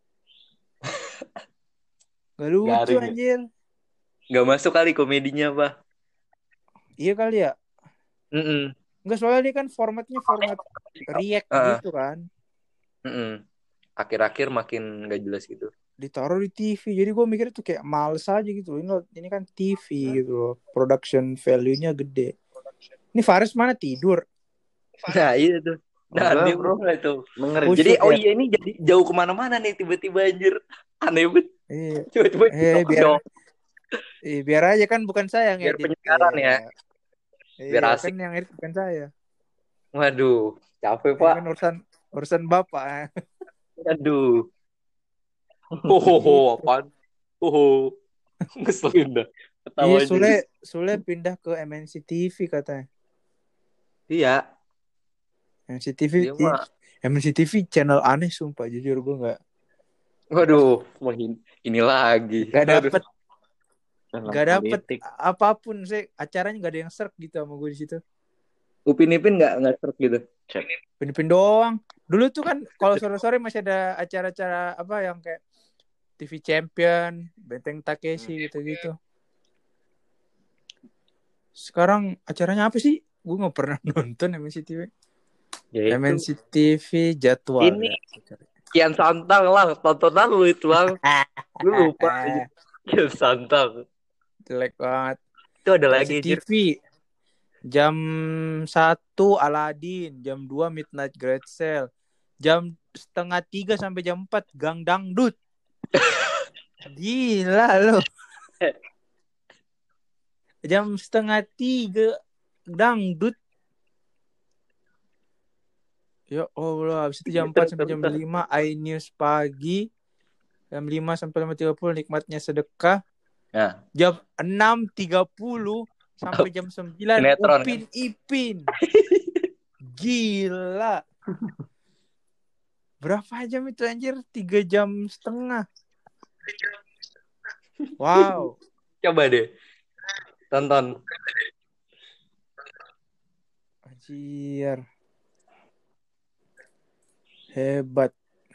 Gak lucu garing, anjir. Gak masuk kali komedinya, Pak. Iya kali ya. Enggak, soalnya ini kan formatnya format react gitu kan. Akhir-akhir makin gak jelas gitu. Ditaruh di TV. Jadi gue mikir tuh kayak males aja gitu. Ini kan TV gitu loh. Production value-nya gede. Ini Faris mana tidur? Nah iya tuh. Nah Enggak, dia bro. mulai tuh. Dengerin. Khusyuk Jadi ya. iya ini jadi jauh kemana-mana nih tiba-tiba anjir. Aneh banget. Iya. Coba-coba TikTok Biar dong. biar aja kan bukan saya yang Biar edit. penyiaran ya. Biar Iya, kan asik. yang edit bukan saya. Waduh, capek Ini Pak. kan urusan bapak. Aduh. Hohoho, Gitu. apaan? Hoho. Ngeselin dah. Iya, Ketawanya. Sule pindah ke MNC TV katanya. Iya. MNC TV, Dia mah. MNC TV channel aneh sumpah, jujur gue nggak Waduh, ini lagi. Aduh. dapet Dalam nggak dapet politik. apapun sih, acaranya nggak ada yang serk gitu sama gue di situ. Upin Ipin nggak serk gitu. Pin doang. Dulu tuh kan kalau sore-sore masih ada acara-acara apa yang kayak TV Champion, Benteng Takeshi gitu-gitu. Sekarang acaranya apa sih? Gue nggak pernah nonton MNC TV. Ya, MNC TV jadwal. Ini Kian Santang lah, tontonan lu itu lang. Lu lupa aja. Kian Santang. Jelek banget. Itu ada lagi TV. Jam 1 Aladin, jam 2 Midnight Great Sale, jam 2:30 sampai jam 4 Gang Dangdut. Gila lo. Jam 2:30 dangdut. Ya Allah, habis itu jam 4 sampai jam 5 iNews pagi. Jam 5 sampai 5:30 nikmatnya sedekah. Nah. Jam 6:30 sampai jam 9 Sinetron, Upin Ipin. Gila. Berapa jam itu anjir? 3,5 jam. Wow. Coba deh. Tonton. Anjir. Hebat.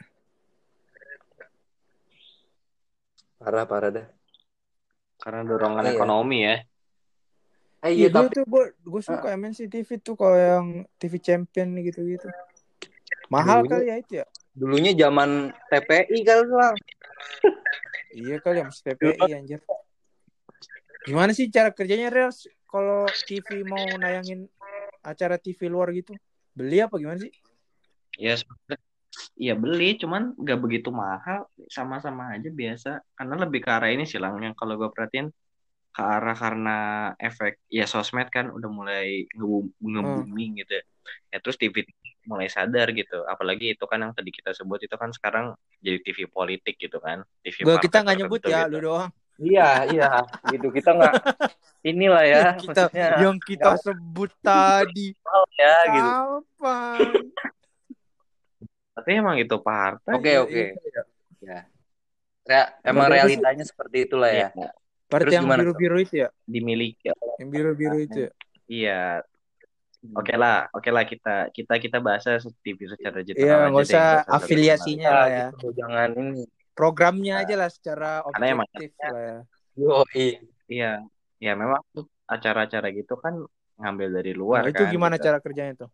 Parah dah. Karena dorongan ekonomi ya. Iya, tapi gue suka MNC TV tuh kalau yang TV Champion gitu-gitu. Mahal kali ya itu ya. Dulunya zaman TPI kali lang. Iya kali ya, masih TPI anjir. Gimana sih cara kerjanya Reels kalau TV mau nayangin acara TV luar gitu? Beli apa gimana sih? Ya iya beli, cuman gak begitu mahal, sama-sama aja biasa. Karena lebih ke arah ini sih lang, yang kalau gue perhatiin ke arah karena efek ya sosmed kan udah mulai nge-booming gitu ya. Terus TV mulai sadar gitu, apalagi itu kan yang tadi kita sebut itu kan sekarang jadi TV politik gitu kan, TV partai kita nggak nyebut ya, gitu. lu doang. Iya gitu, kita nggak inilah ya yang kita sebut tadi ya gitu. Kapan? Tapi emang itu partai. Oke. Ya, emang realitanya seperti itulah ya. Partai yang biru-biru itu ya? Dimiliki. Yang biru-biru itu ya? Iya. Oke lah kita bahas TV secara general. Iya, nggak usah afiliasinya lah ya. Gitu, jangan ini. Programnya aja lah secara objektif lah ya. Iya. Ya memang acara-acara gitu kan ngambil dari luar itu gimana cara kerjanya tuh?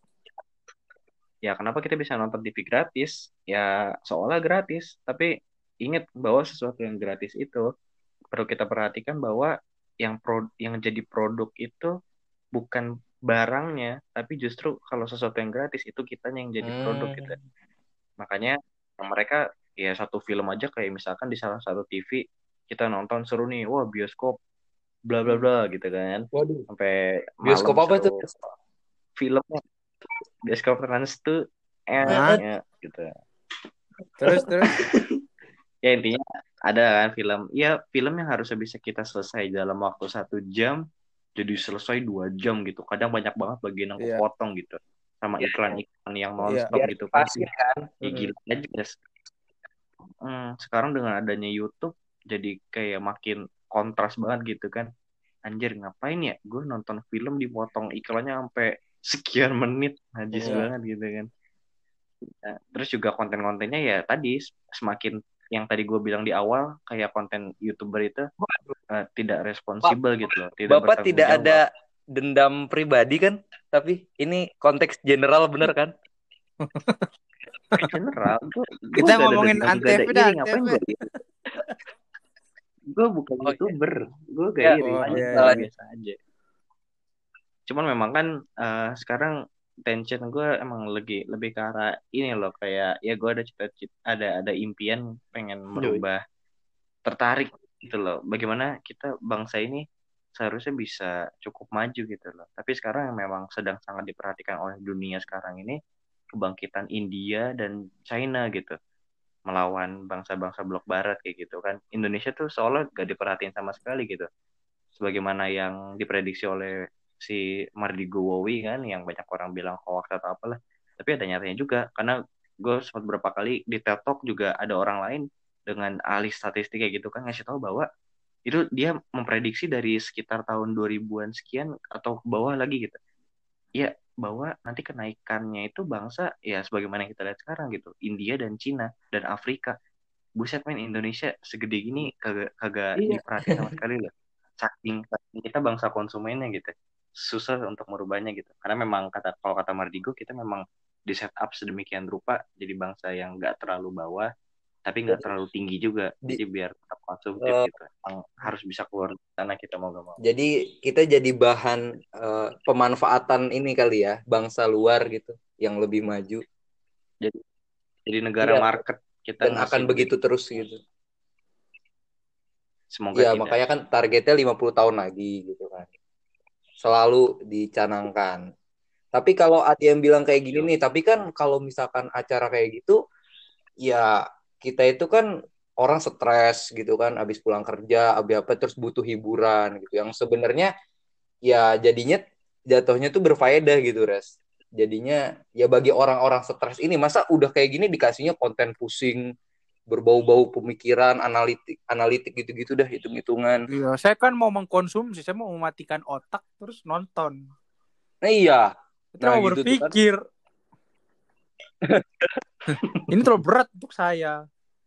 Ya kenapa kita bisa nonton TV gratis? Ya seolah gratis, tapi ingat bahwa sesuatu yang gratis itu perlu kita perhatikan bahwa yang jadi produk itu bukan barangnya, tapi justru kalau sesuatu yang gratis itu kitanya yang jadi produk gitu. Makanya mereka ya satu film aja kayak misalkan di salah satu TV kita nonton seru nih, wah bioskop bla bla bla gitu kan. Waduh. Sampai bioskop apa tuh? Filmnya bioskop Trans tuh gitu. Terus ya intinya ada kan film yang harusnya bisa kita selesai dalam waktu 1 jam jadi selesai 2 jam gitu. Kadang banyak banget bagian yang kepotong gitu sama iklan-iklan yang non-stop gitu kan. Gila aja. Sekarang dengan adanya YouTube jadi kayak makin kontras banget gitu kan. Anjir ngapain ya gue nonton film dipotong iklannya sampai sekian menit, najis banget gitu kan. Nah, terus juga konten-kontennya ya tadi semakin yang tadi gue bilang di awal kayak konten YouTuber itu tidak responsibel gitu loh. Bapak tidak ada dendam pribadi kan? Tapi ini konteks general bener kan? General. Kita ngomongin Antv dan Antv. Gue bukan YouTuber, gue gak iri, biasa aja. Cuman memang kan sekarang tension gue emang lebih ke arah ini loh, kayak ya gue ada cita-cita, ada impian pengen Yoi. merubah, tertarik gitu loh. Bagaimana kita bangsa ini seharusnya bisa cukup maju gitu loh. Tapi sekarang yang memang sedang sangat diperhatikan oleh dunia sekarang ini kebangkitan India dan China gitu, melawan bangsa-bangsa blok barat kayak gitu kan. Indonesia tuh seolah gak diperhatiin sama sekali gitu. Sebagaimana yang diprediksi oleh si Mardigo Wowi kan, yang banyak orang bilang hoax atau apalah. Tapi ada nyatanya juga, karena gue sempat beberapa kali di TED Talk juga ada orang lain dengan ahli statistik kayak gitu kan ngasih tahu bahwa itu dia memprediksi dari sekitar tahun 2000-an sekian atau ke bawah lagi gitu. Ya, bahwa nanti kenaikannya itu bangsa ya sebagaimana yang kita lihat sekarang gitu. India dan Cina dan Afrika. Buset men, Indonesia segede gini kagak kagak Iya. diperhatiin sama sekali loh. Saking kita bangsa konsumennya gitu. Susah untuk merubahnya gitu. Karena memang kalau kata Mardigo, kita memang di set up sedemikian rupa jadi bangsa yang nggak terlalu bawah tapi nggak terlalu tinggi juga, Di, jadi biar tetap konsumtif eh, gitu. Emang harus bisa keluar dari sana kita mau gak mau. jadi kita jadi bahan pemanfaatan ini kali ya, bangsa luar gitu yang lebih maju. Jadi jadi negara Iya. market, kita Dan akan ngasih duit. begitu terus gitu. Semoga Ya tidak. makanya kan targetnya 50 tahun lagi gitu kan. Selalu dicanangkan. Tapi kalau ada yang bilang kayak gini nih, tapi kan kalau misalkan acara kayak gitu, ya kita itu kan orang stres gitu kan, habis pulang kerja, habis apa terus butuh hiburan gitu. Yang sebenarnya ya jadinya jatuhnya tuh berfaedah gitu, Res. Jadinya ya bagi orang-orang stres ini, masa udah kayak gini dikasihnya konten pusing, berbau-bau pemikiran, analitik, analitik gitu-gitu dah, hitung-hitungan. Iya, saya kan mau mengkonsumsi, saya mau mematikan otak terus nonton. Nah iya, Saya nah mau gitu tuh kan. berpikir. Ini terlalu berat untuk saya.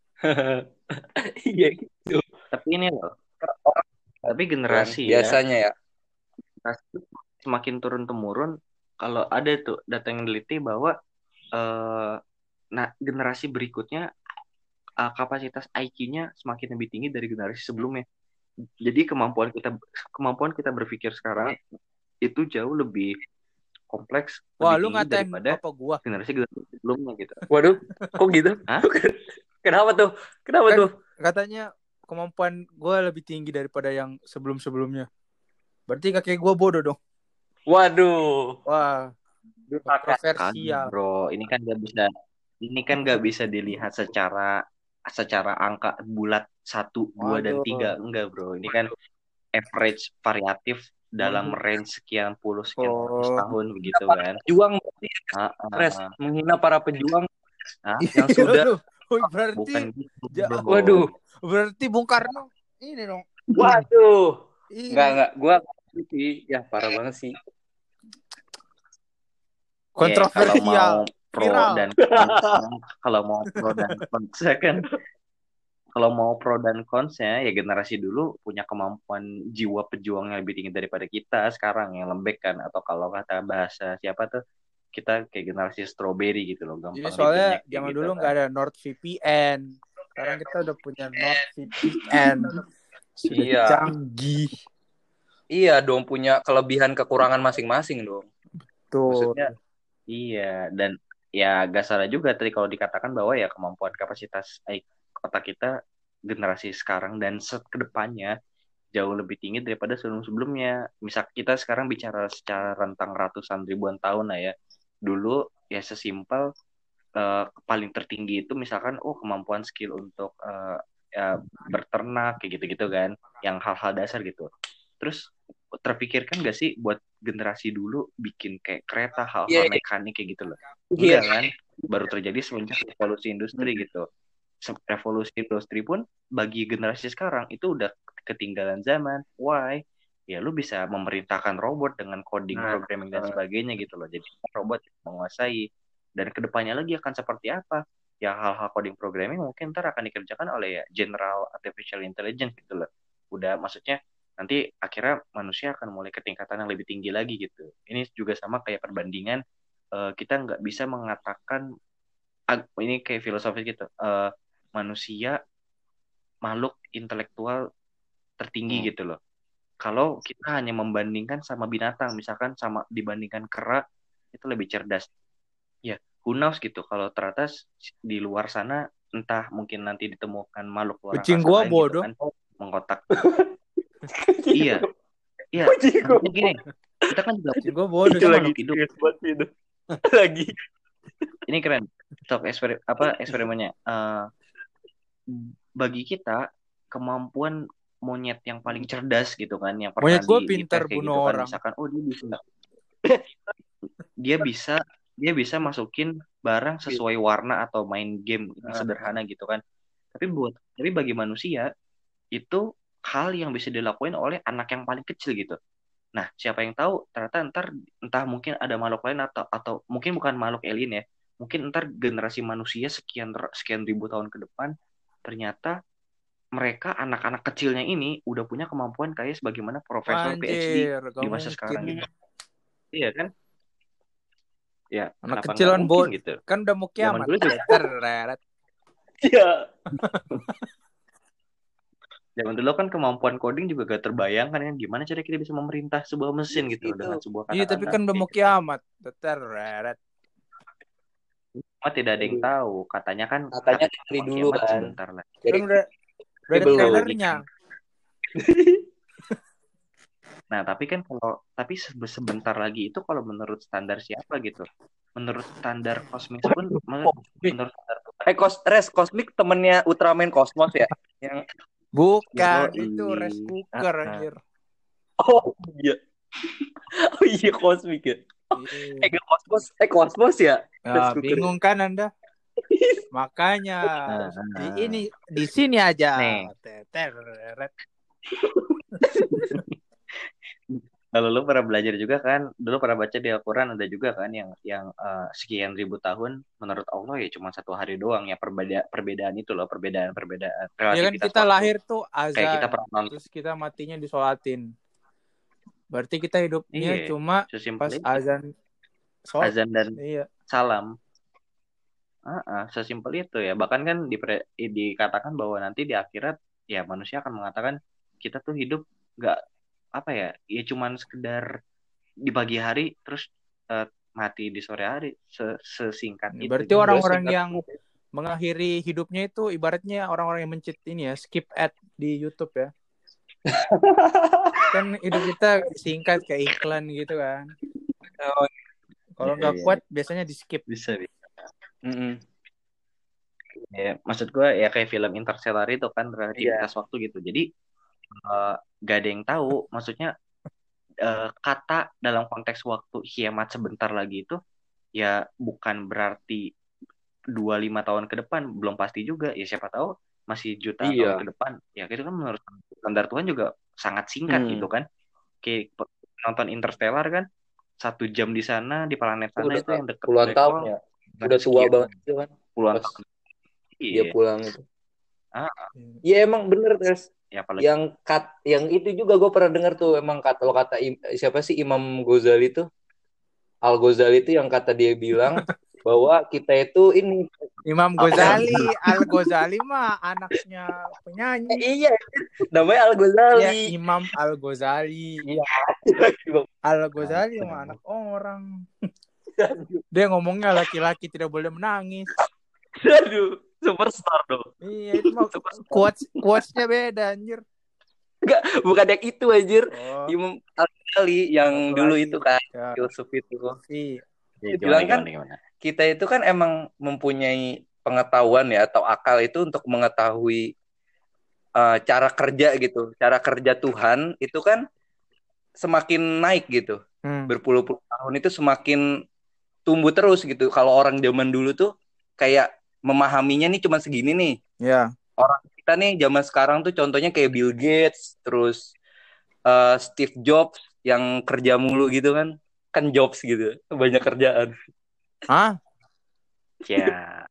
Iya gitu. Tapi ini loh, tapi Kan generasi ya, biasanya ya. semakin turun temurun. Kalau ada tuh data yang teliti bahwa eh, nah generasi berikutnya kapasitas IQ-nya semakin lebih tinggi dari generasi sebelumnya. Jadi kemampuan kita berpikir sekarang itu jauh lebih kompleks, Wah, lebih lu tinggi ngatain daripada apa gua? generasi sebelumnya gitu. Waduh, kok gitu? Hah? Kenapa tuh? Kenapa Kan tuh? katanya kemampuan gua lebih tinggi daripada yang sebelum-sebelumnya. Berarti kakek gua bodoh dong. Waduh. Wah, Kagak, kontroversial. bro. Ini kan nggak bisa dilihat secara angka bulat 1, 2, dan 3. Waduh. Enggak, bro. Ini kan average variatif dalam Waduh. range sekian ratus Oh. tahun begitu kan. Pejuang berarti Ah, Res, ah, menghina para pejuang ah. yang sudah. Loh, Bukan berarti gitu, bro. Waduh. berarti Bung Karno ini dong. Waduh. Iya. Enggak. Gua sih, ya parah banget sih. Ya, kalau mau Kontroversial. pro Viral. dan kontra, kalau mau pro dan kontra kan, kalau mau pro dan kontra ya generasi dulu punya kemampuan jiwa pejuang yang lebih tinggi daripada kita sekarang yang lembek kan, atau kalau kata bahasa siapa tuh, kita kayak generasi strawberry gitu loh, Ini gampang soalnya dibenyek kayak zaman gitu dulu nggak kan. ada NordVPN. Sekarang kita udah punya NordVPN. Sudah Iya. canggih. Iya dong, punya kelebihan kekurangan masing-masing dong. Tuh. Maksudnya Iya, dan ya gak salah juga tadi kalau dikatakan bahwa ya kemampuan kapasitas otak kita generasi sekarang dan kedepannya jauh lebih tinggi daripada sebelum-sebelumnya. Misal kita sekarang bicara secara rentang ratusan ribuan tahun lah ya. Dulu ya sesimpel paling tertinggi itu misalkan kemampuan skill untuk ya, berternak kayak gitu-gitu kan, yang hal-hal dasar gitu. Terus terpikirkan gak sih buat generasi dulu bikin kayak kereta, hal-hal iya, mekanik kayak gitu loh? iya. Enggak kan? Baru terjadi semenjak revolusi industri gitu. Revolusi industri pun bagi generasi sekarang itu udah ketinggalan zaman. Why? Ya lu bisa memerintahkan robot dengan coding, programming dan sebagainya gitu loh. Jadi robot menguasai. Dan kedepannya lagi akan seperti apa? Ya hal-hal coding programming mungkin ntar akan dikerjakan oleh ya general artificial intelligence gitu loh. Udah maksudnya nanti akhirnya manusia akan mulai ke tingkatan yang lebih tinggi lagi gitu. Ini juga sama kayak perbandingan kita nggak bisa mengatakan ini kayak filosofis gitu. Manusia makhluk intelektual tertinggi gitu loh. kalau kita hanya membandingkan sama binatang, misalkan sama dibandingkan kera itu lebih cerdas. Ya, who knows gitu. Kalau ternyata di luar sana entah mungkin nanti ditemukan makhluk luar Kucing angkasa gua lain gitu bodoh. kan, mengkotak. Iya, iya. Kucing gua Maksudnya gini, kita kan juga Kucing gua bodoh. kita lagi makhluk hidup. serius banget sih itu. Lagi. Ini keren. Stop eksperimennya. Bagi kita kemampuan monyet yang paling cerdas gitu kan, yang pernah Monyet gua di pintar tes kayak bunuh gitu kan, orang. misalkan dia bisa dia bisa masukin barang sesuai warna atau main game sederhana gitu kan. Tapi bagi manusia itu hal yang bisa dilakuin oleh anak yang paling kecil gitu. Nah, siapa yang tahu ternyata entah mungkin ada makhluk lain atau mungkin bukan makhluk alien ya. Mungkin ntar generasi manusia sekian ribu tahun ke depan ternyata mereka anak-anak kecilnya ini udah punya kemampuan kayak sebagaimana profesor PhD Anjir, di gak masa sekarang mungkin. gitu. Iya kan? Ya, Anak kenapa kecilan nggak mungkin gitu? kan udah mau Zaman kiamat. dulu juga, Teret. Iya. zaman dulu kan kemampuan coding juga gak terbayangkan kan gimana cara kita bisa memerintah sebuah mesin gitu Itu. dengan sebuah Iya, tapi kata-kata. kan udah mau kiamat. Teret. Cuma tidak ada yang tahu. Katanya kan Katanya dari dulu kiamat kan. sebentar lah. Kan udah ada belum. trailernya. Nah, tapi sebentar lagi itu kalau menurut standar siapa gitu? Menurut standar kosmis pun, menurut standar Res Cosmic temennya Ultraman Cosmos ya? Yang Bukan, Yoi. itu rice cooker anjir. Oh iya. Oh iya Cosmic ya. Iya. Cosmos ya? Ya, bingung kan Anda? Makanya di sini aja. Nih. Teret. Kalau lu pernah belajar juga kan, dulu pernah baca di Al-Quran ada juga kan yang sekian ribu tahun menurut Allah ya cuma 1 hari doang ya, perbedaan itu loh, perbedaan Ya kan kita waktu. lahir tuh azan, kayak kita pernah terus kita matinya disolatin. Berarti kita hidupnya cuma pas sesimpel itu. azan Dan iya. salam. Sesimpel itu ya. Bahkan kan dikatakan bahwa nanti di akhirat ya manusia akan mengatakan kita tuh hidup nggak apa ya cuman sekedar di pagi hari terus mati di sore hari, sesingkat itu. Berarti orang-orang yang mengakhiri hidupnya itu ibaratnya orang-orang yang mencet ini ya, skip ad di YouTube ya. Kan hidup kita singkat kayak iklan gitu kan. Kalau nggak kuat biasanya di skip. Bisa. Ya, maksud gue ya kayak film Interstellar itu kan relativitas waktu gitu. Jadi gak ada yang tahu. Maksudnya kata dalam konteks waktu kiamat sebentar lagi itu ya bukan berarti 25 tahun ke depan, belum pasti juga. Ya siapa tahu masih jutaan tahun ke depan. Ya itu kan menurut standar Tuhan juga sangat singkat gitu kan. Kayak nonton Interstellar kan 1 jam di sana di planet sana itu yang dekat puluhan tahun ya. Udah tua banget itu kan. Puluhan tahun. Dia pulang itu. Iya emang bener Tes. Ya, yang itu juga gue pernah dengar tuh emang kata siapa sih Imam Ghazali tuh Al Ghazali itu yang kata dia bilang bahwa kita itu ini Imam Ghazali Al Ghazali mah anaknya penyanyi. Iya namanya Al Ghazali ya, Imam Al Ghazali. Iya. Al Ghazali mah anak orang. Dia ngomongnya laki-laki tidak boleh menangis. Aduh, superstar dong. Iya, itu mah quotes-nya beda anjir. Enggak, bukan yang itu anjir. Imam Al-Ghazali yang dulu itu kan filsuf itu. Iya. Dia bilang kan kita itu kan emang mempunyai pengetahuan ya atau akal itu untuk mengetahui cara kerja gitu. Cara kerja Tuhan itu kan semakin naik gitu. Berpuluh-puluh tahun itu semakin tumbuh terus gitu. Kalau orang zaman dulu tuh kayak memahaminya nih cuma segini nih. Ya. Orang kita nih zaman sekarang tuh contohnya kayak Bill Gates, terus Steve Jobs yang kerja mulu gitu kan. Kan Jobs gitu, banyak kerjaan. Hah? Ya.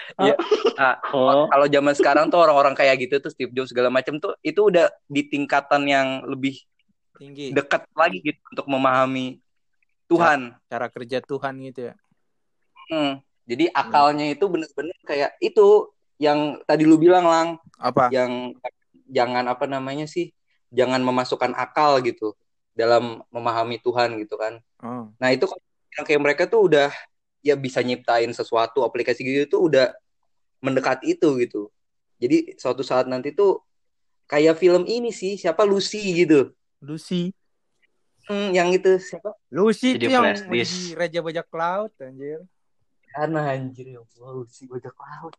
Kalau zaman sekarang tuh orang-orang kayak gitu tuh Steve Jobs segala macam tuh itu udah di tingkatan yang lebih tinggi, dekat lagi gitu untuk memahami Tuhan. Cara kerja Tuhan gitu ya. Jadi akalnya itu benar-benar kayak itu yang tadi lu bilang Lang. Apa? Yang jangan apa namanya sih? jangan memasukkan akal gitu dalam memahami Tuhan gitu kan. Nah itu yang kayak mereka tuh udah ya bisa nyiptain sesuatu aplikasi gitu tuh udah mendekati itu gitu. Jadi suatu saat nanti tuh kayak film ini sih, siapa Lucy gitu. Lucy Yang itu siapa? Lucy Jadi itu yang flash menjadi disk. raja bajak laut anjir. Karena anjir ya Allah, Lucy bajak laut.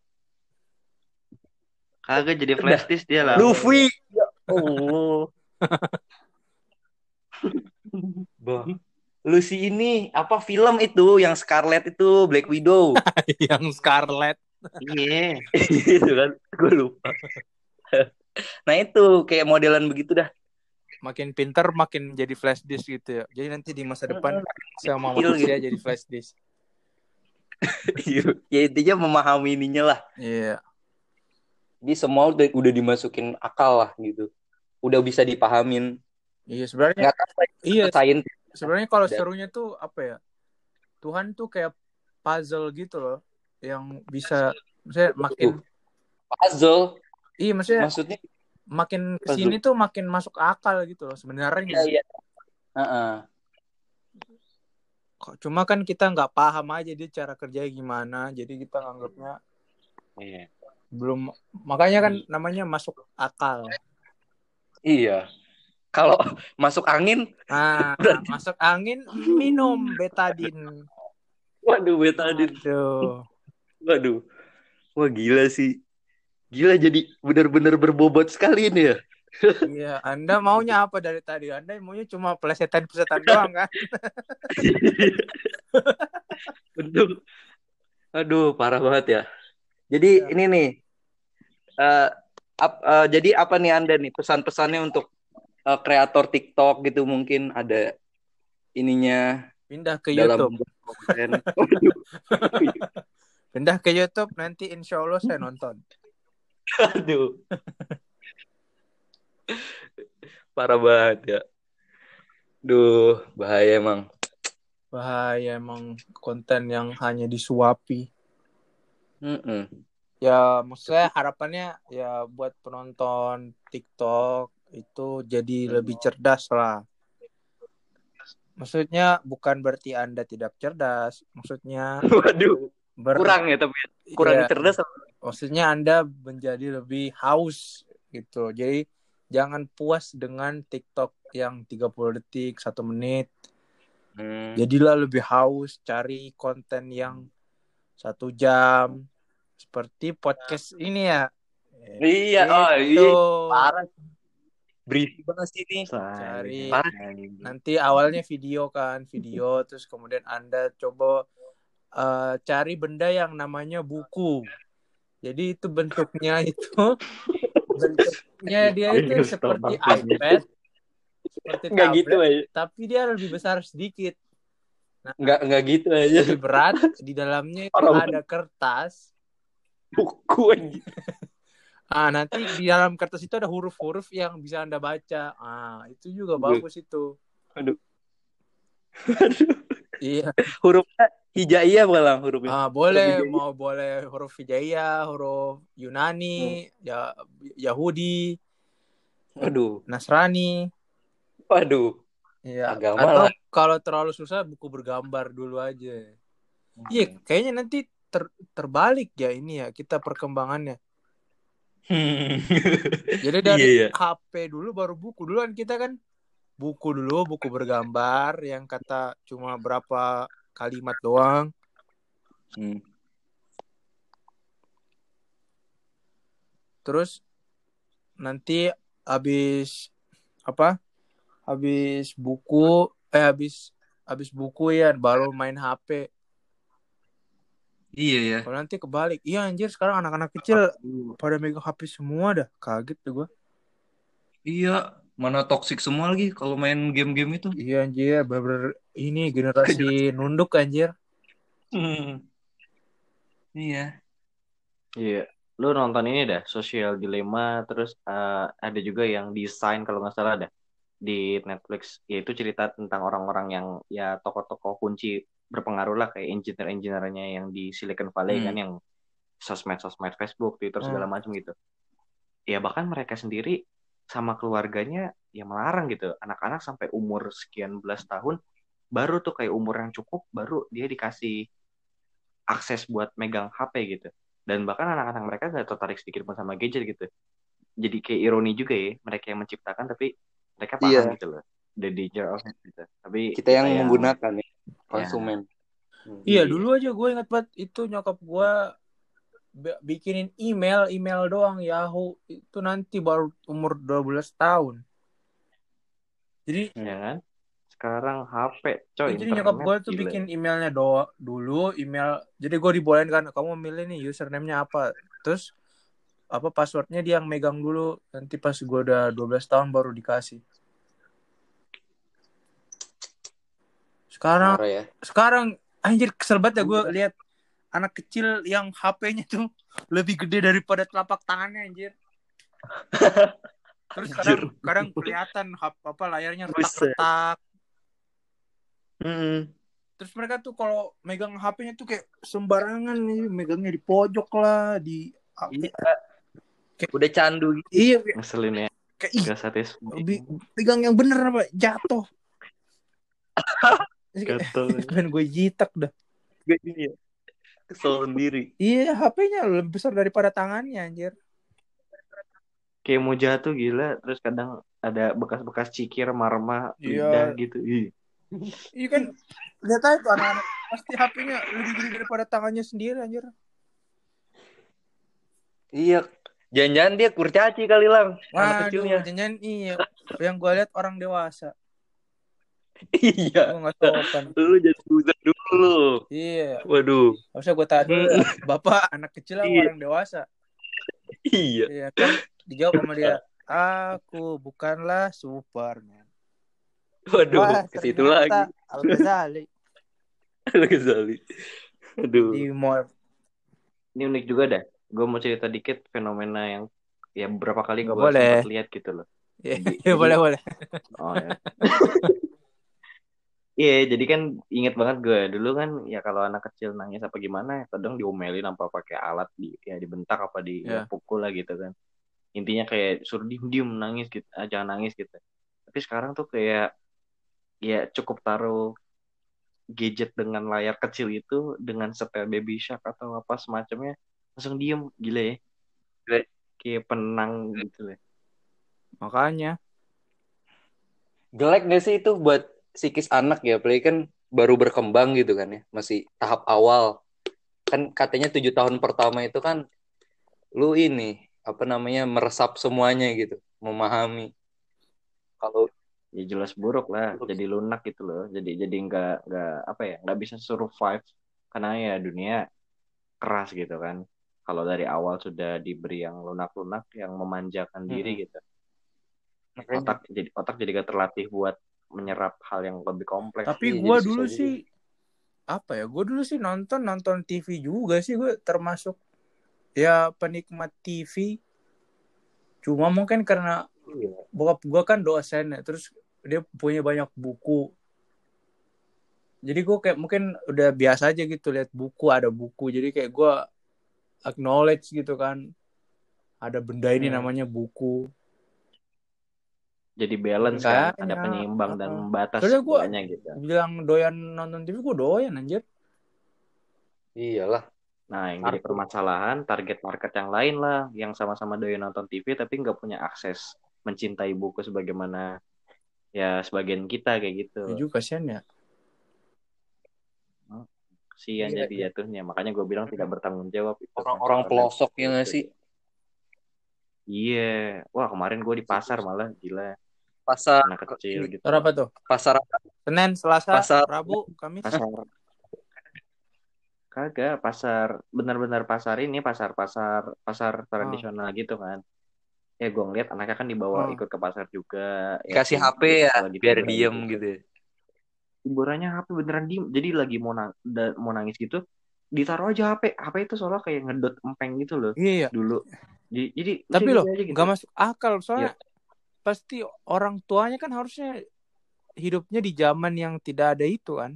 Kagak jadi flash disk dia lah. Luffy. Ya Allah. Bah. Lucy ini apa film itu yang Scarlet itu Black Widow. Yang Scarlet. Iya. Itu kan gue lupa. Nah itu kayak modelan begitu dah. Makin pinter makin jadi flash disk gitu ya. Jadi nanti di masa depan sama Skill manusia gitu. jadi flash disk. Ya intinya memahami ininya lah. Iya. Jadi semua udah dimasukin akal lah gitu. Udah bisa dipahamin. Iya sebenarnya. Nggak tahu Iya. sains. Sebenarnya kalau serunya tuh apa ya? Tuhan tuh kayak puzzle gitu loh, yang bisa, maksudnya makin. Puzzle. Iya maksudnya makin kesini tuh makin masuk akal gitu loh sebenarnya. Iya. Cuma kan kita nggak paham aja dia cara kerjanya gimana, jadi kita nganggapnya belum, makanya kan namanya masuk akal. Iya. Kalau masuk angin, masuk angin minum betadin. Waduh, betadin. Waduh. Wah gila sih. Gila jadi benar-benar berbobot sekali ini ya. Iya, Anda maunya apa dari tadi? Anda maunya cuma plesetan-plesetan doang kan? Betul. Aduh, parah banget ya. Jadi ini nih. Jadi apa nih Anda nih pesan-pesannya untuk kreator TikTok gitu, mungkin ada ininya pindah ke YouTube. Pindah ke YouTube nanti insya Allah saya nonton. Aduh. Parah banget ya. Duh, bahaya emang. Bahaya emang konten yang hanya disuapi. Ya maksudnya harapannya ya buat penonton TikTok itu jadi lebih cerdas lah. Maksudnya bukan berarti Anda tidak cerdas. Maksudnya waduh, kurang ya tapi kurang cerdas. Maksudnya Anda menjadi lebih haus gitu. Jadi jangan puas dengan TikTok yang 30 detik, 1 menit. Jadilah lebih haus, cari konten yang 1 jam. Seperti podcast ini ya. Iya, parah. Berisi banget sih ini. Cari nanti awalnya video terus kemudian Anda coba cari benda yang namanya buku. Jadi itu bentuknya dia itu seperti iPad, seperti tablet, gitu tapi dia lebih besar sedikit. Nah, nggak gitu aja. Lebih berat, di dalamnya itu ada kertas. Buku aja. Nanti di dalam kertas itu ada huruf-huruf yang bisa Anda baca. Itu juga bagus itu. Aduh. Iya. Hurufnya hijaiyah malah hurufnya. Boleh huruf hijaiyah, huruf Yunani, Yahudi, waduh, Nasrani. Waduh. Iya. Agama atau lah. Kalau terlalu susah buku bergambar dulu aja. Iya, kayaknya nanti terbalik ya ini ya kita perkembangannya. Jadi dari HP dulu baru buku. Dulu kan kita kan buku bergambar yang kata cuma berapa kalimat doang. Terus nanti habis buku ya baru main HP. Iya ya. Kalau nanti kebalik. Iya anjir, sekarang anak-anak kecil pada megang HP semua dah. Kaget tuh gue. Iya, mana toksik semua lagi kalau main game-game itu. Iya anjir, bener-bener ini generasi nunduk anjir. Iya. Lu nonton ini dah, Social Dilemma, terus ada juga yang Design kalau nggak salah ada di Netflix. Yaitu cerita tentang orang-orang yang ya tokoh-tokoh kunci berpengaruh lah, kayak engineer-engineernya yang di Silicon Valley kan, yang sosmed Facebook, Twitter segala macam gitu. Ya bahkan mereka sendiri sama keluarganya ya melarang gitu. Anak-anak sampai umur sekian belas tahun baru tuh kayak umur yang cukup baru dia dikasih akses buat megang HP gitu. Dan bahkan anak-anak mereka gak tertarik sedikit pun sama gadget gitu. Jadi kayak ironi juga ya, mereka yang menciptakan tapi mereka paham Iya, gitu loh. The danger of it gitu. Tapi kita yang yang menggunakan ya, ya konsumen. Iya, iya. dulu aja gue ingat banget itu nyokap gue bikinin email doang Yahoo itu nanti baru umur 12 tahun. Jadi Ya kan? Sekarang HP, coy, jadi nyokap internet gue tuh gila. bikin emailnya dulu email. Jadi gue dibolehin kan, kamu milih nih username-nya apa. Terus apa passwordnya dia yang megang dulu. Nanti pas gue udah 12 tahun baru dikasih. Parah ya. Sekarang anjir kesel banget ya gue lihat anak kecil yang HP-nya tuh lebih gede daripada telapak tangannya anjir. Terus kadang kelihatan apa layarnya retak-retak. Terus mereka tuh kalau megang HP-nya tuh kayak sembarangan nih, megangnya di pojok lah, di Iya. Kayak udah candu gitu. Iya, ngeselin ya. kayak Gak satisfying. pegang yang bener apa jatuh. Gatel. Pengen gue jitak dah. Iya. Kesel sendiri. Iya, HP-nya lebih besar daripada tangannya anjir. Kayak mau jatuh gila, terus kadang ada bekas-bekas cikir, marma, lidah gitu. Iya kan, lihat aja tuh anak-anak pasti HP-nya lebih gede daripada tangannya sendiri anjir. Iya. Jangan-jangan dia kurcaci kali Lang, anak kecilnya. Jangan iya. Yang gue lihat orang dewasa. Iya. Gue nggak sopan. Lu jadi user dulu. Iya. Waduh. Harusnya gue tanya dulu ya, Bapak anak kecil atau orang dewasa? Iya. Iya kan, dijawab sama dia, aku bukanlah Superman. Waduh, ke situ lagi. Al-Ghazali. Al-Ghazali. Aduh. Di mall. Ini unik juga dah. Gue mau cerita dikit fenomena yang ya beberapa kali gue boleh. sempat lihat gitu loh. Iya, boleh. Oh ya. Iya, jadi kan inget banget gue dulu kan ya kalau anak kecil nangis apa gimana, kadang diomelin apa pakai alat dibentak apa dipukul lah gitu kan. Intinya kayak suruh diem nangis gitu, jangan nangis gitu. Tapi sekarang tuh kayak ya cukup taruh gadget dengan layar kecil itu dengan setel Baby Shark atau apa semacamnya langsung diem, gila ya. Kayak penang gitu lah. Makanya jelek gak sih itu buat psikis anak ya, apalagi kan baru berkembang gitu kan ya, masih tahap awal kan. Katanya 7 tahun pertama itu kan lu ini apa namanya meresap semuanya gitu, memahami. Kalau ya jelas buruk lah, jadi lunak gitu loh, jadi nggak apa ya, nggak bisa survive karena ya dunia keras gitu kan. Kalau dari awal sudah diberi yang lunak-lunak yang memanjakan diri gitu, otak jadi gak terlatih buat menyerap hal yang lebih kompleks. Tapi gue dulu sih apa ya, gue dulu sih nonton TV juga sih, gue termasuk ya penikmat TV. Cuma mungkin karena bokap gue kan dosen ya, terus dia punya banyak buku. Jadi gue kayak mungkin udah biasa aja gitu lihat buku, ada buku. Jadi kayak gue acknowledge gitu kan, ada benda ini namanya buku. Jadi balance kan, ada penyeimbang dan membatas semuanya gitu. Bilang doyan nonton TV, gue doyan anjir. Iyalah. Nah, yang jadi permasalahan target market yang lain lah, yang sama-sama doyan nonton TV tapi nggak punya akses mencintai buku sebagaimana ya sebagian kita kayak gitu. Ya juga kasihan ya. Kasihan jadi jatuhnya. Makanya gue bilang tidak bertanggung jawab itu. Orang-orang pelosok ya nggak sih? Iya. Wah, kemarin gue di pasar malah gila. Pasar anak kecil gitu. Apa tuh? Pasar apa? Senin, Selasa, Rabu, Kamis. Pasar. Kagak, pasar benar-benar pasar ini, pasar tradisional gitu kan. Ya gue ngeliat anaknya kan dibawa ikut ke pasar juga. Kasih ya, HP ya biar diem gitu. Hiburannya HP beneran diem. Jadi lagi mau nangis gitu, ditaruh aja HP. HP itu soalnya kayak ngedot empeng gitu loh. Iya. Dulu. Jadi tapi loh gitu. Gak masuk akal soalnya pasti orang tuanya kan harusnya hidupnya di zaman yang tidak ada itu kan.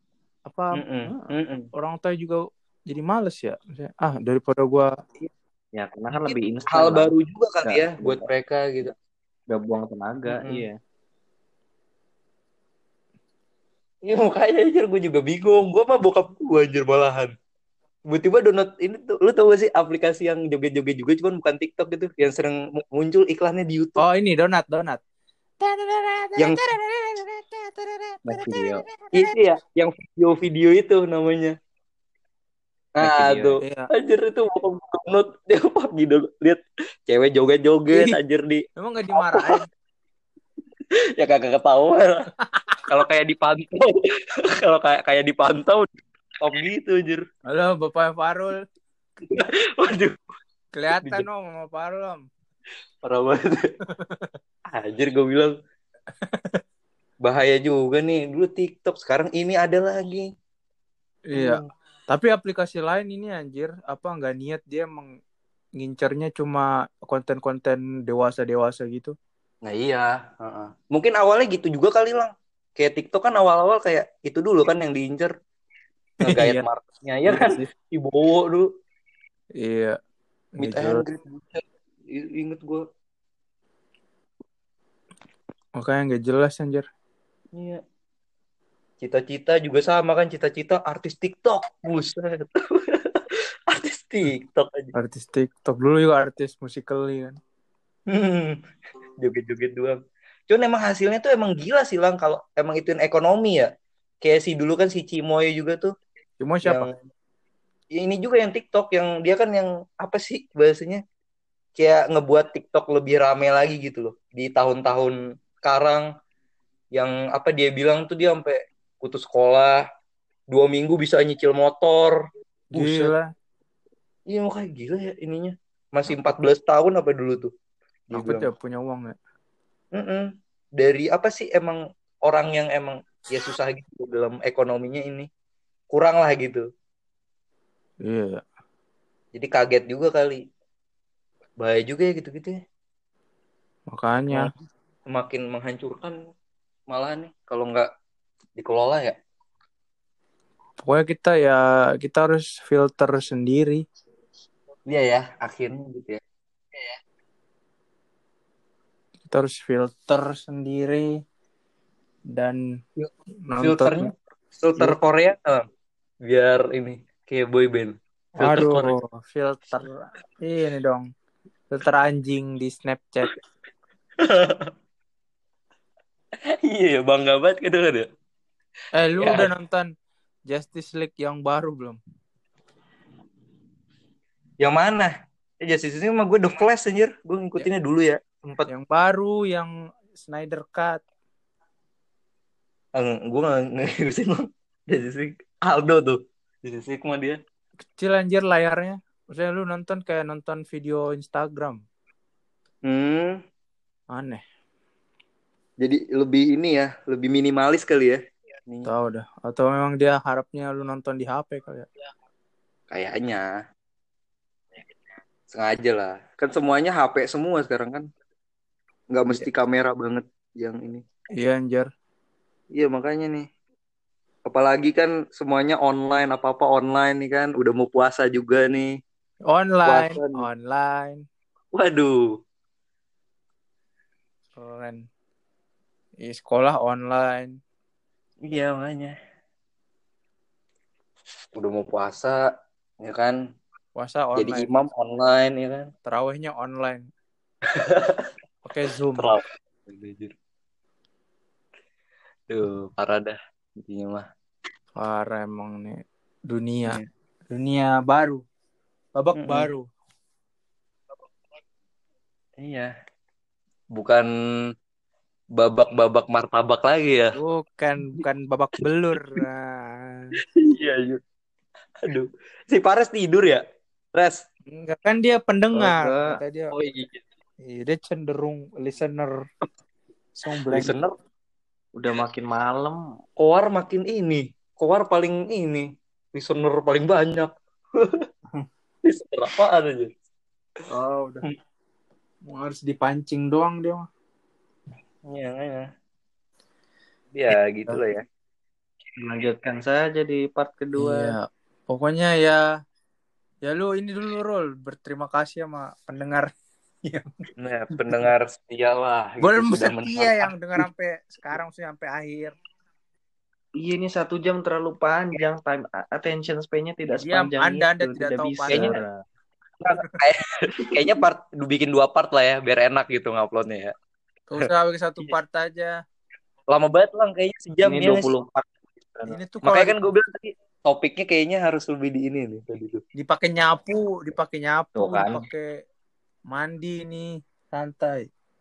Apa orang tua juga jadi males ya. Daripada gue Ya karena kan lebih instan Hal lah. baru juga kali Nggak- ya buat mereka gitu. Gak buang tenaga. Mm-mm. Iya. Iya makanya anjir gue juga bingung. Gue mah bokap gue anjir malahan. Tiba-tiba download ini tuh. Lu tau gak sih aplikasi yang joget-joget juga cuman bukan TikTok gitu. Yang sering muncul iklannya di YouTube. Oh ini donat. Yang Buat video. itu ya. Yang video-video itu namanya. Live Nah video tuh. ya. Iya. Anjir itu bokap gue download. Dia pagi lihat cewek joget-joget Ih. anjir di. Emang gak dimarahin? Ya kagak ketahuan. Kalau kayak dipantau. Kalau kayak dipantau. Om gitu anjir. Halo Bapak Farul. Waduh. Kelihatan dong sama Farul Om. Parah banget. Anjir gue bilang. Bahaya juga nih. Dulu TikTok. Sekarang ini ada lagi. Iya. Tapi aplikasi lain ini anjir. Apa nggak niat dia mengincarnya cuma konten-konten dewasa-dewasa gitu. Nah iya. Mungkin awalnya gitu juga kali lang. Kayak TikTok kan awal-awal kayak itu dulu kan yang diincer. Ngegayat Iya. marketnya. Ya kan. sih. Dibawa dulu. Iya. Meet Nggak and jelas. greet. Ingat gue. Makanya nggak jelas anjir. Iya. Cita-cita juga sama kan. Cita-cita artis TikTok. Buset. Artis TikTok aja. Artis TikTok dulu juga artis musical kan. Joget-joget doang. Cuman emang hasilnya tuh emang gila sih lang. Kalau emang ituin ekonomi ya. Kayak si dulu kan si Cimoy juga tuh. Cuma siapa? Yang ini juga yang TikTok. Yang dia kan yang apa sih bahasanya. Kayak ngebuat TikTok lebih rame lagi gitu loh. Di tahun-tahun sekarang. Yang apa dia bilang tuh dia sampai putus sekolah. 2 minggu bisa nyicil motor. Buset. Gila. Iya makanya gila ya ininya. Masih 14 tahun apa dulu tuh. Dia Aku bilang. tidak punya uang ya. Dari apa sih emang orang yang emang ya susah gitu dalam ekonominya ini. Kurang lah gitu. Iya. Jadi kaget juga kali. Bahaya juga ya gitu-gitu ya. Makanya. Semakin menghancurkan malah nih kalau nggak dikelola ya. Pokoknya kita harus filter sendiri. Iya ya, akhirnya gitu ya. Kita harus filter sendiri dan Filternya filter Korea biar ini kayak boy band. Filter Korea. Aduh, filter ini dong. Filter anjing di Snapchat. Iya, bangga banget kan ya. Lu Ya. udah nonton Justice League yang baru belum? Yang mana? Justice League mah gue The Flash anjir. Gue ngikutinnya dulu ya. Sempet. Yang baru, yang Snyder Cut. Gue gak ngikutin loh. Justice League. Aldo tuh. Justice League mah dia. Kecil anjir layarnya. Maksudnya lu nonton kayak nonton video Instagram. Aneh. Jadi lebih ini ya. Lebih minimalis kali ya. Tahu dah. Atau memang dia harapnya lu nonton di HP kali ya? Kayaknya. Sengaja lah. Kan semuanya HP semua sekarang kan. Nggak mesti kamera banget yang ini. Iya anjir. Iya makanya nih. Apalagi kan semuanya online. Apa-apa online nih kan. Udah mau puasa juga nih. Online. Puasa nih. Online. Waduh. Keren. Sekolah online. Iya makanya. Udah mau puasa. Ya kan. Puasa online. Jadi imam online ya kan. Tarawihnya online. Pakai Zoom. Tuh, parah dah intinya mah. Parah emang nih dunia. Yeah. Dunia baru. Babak baru. Iya. Bukan babak martabak lagi ya. Bukan babak belur. Nah. Iya. Aduh. Si Pares tidur ya? Res. Enggak kan dia pendengar. Kata dia. Oh iya. Dia cenderung listener. Listener udah makin malam. Koar makin ini. Koar paling ini. Listener paling banyak. Listener apaan aja? Oh udah. Harus dipancing doang dia mah. Iya. Ya gitu lah ya. Lanjutkan saja di part kedua. Iya. Pokoknya ya Ya lu ini dulu Rul, berterima kasih sama pendengar yang Nah, pendengar setia lah gitu belum sudah setia yang mendengarkan. dengar sampai sekarang sih sampai akhir. Iya, ini 1 jam terlalu panjang, time attention span-nya tidak Diam, sepanjang Anda itu, tidak tidak tahu bisa. Kayaknya Pada. kayaknya bikin 2 part lah ya biar enak gitu nguploadnya ya. Gak usah pakai satu Iya. part aja. Lama banget lah kayaknya sejam Ini ya nggak sih? 24. Ini tuh kalau Makanya kan gue bilang tadi topiknya kayaknya harus lebih di ini nih tadi tuh. dipakai nyapu, Tuh kan. dipakai mandi nih, santai.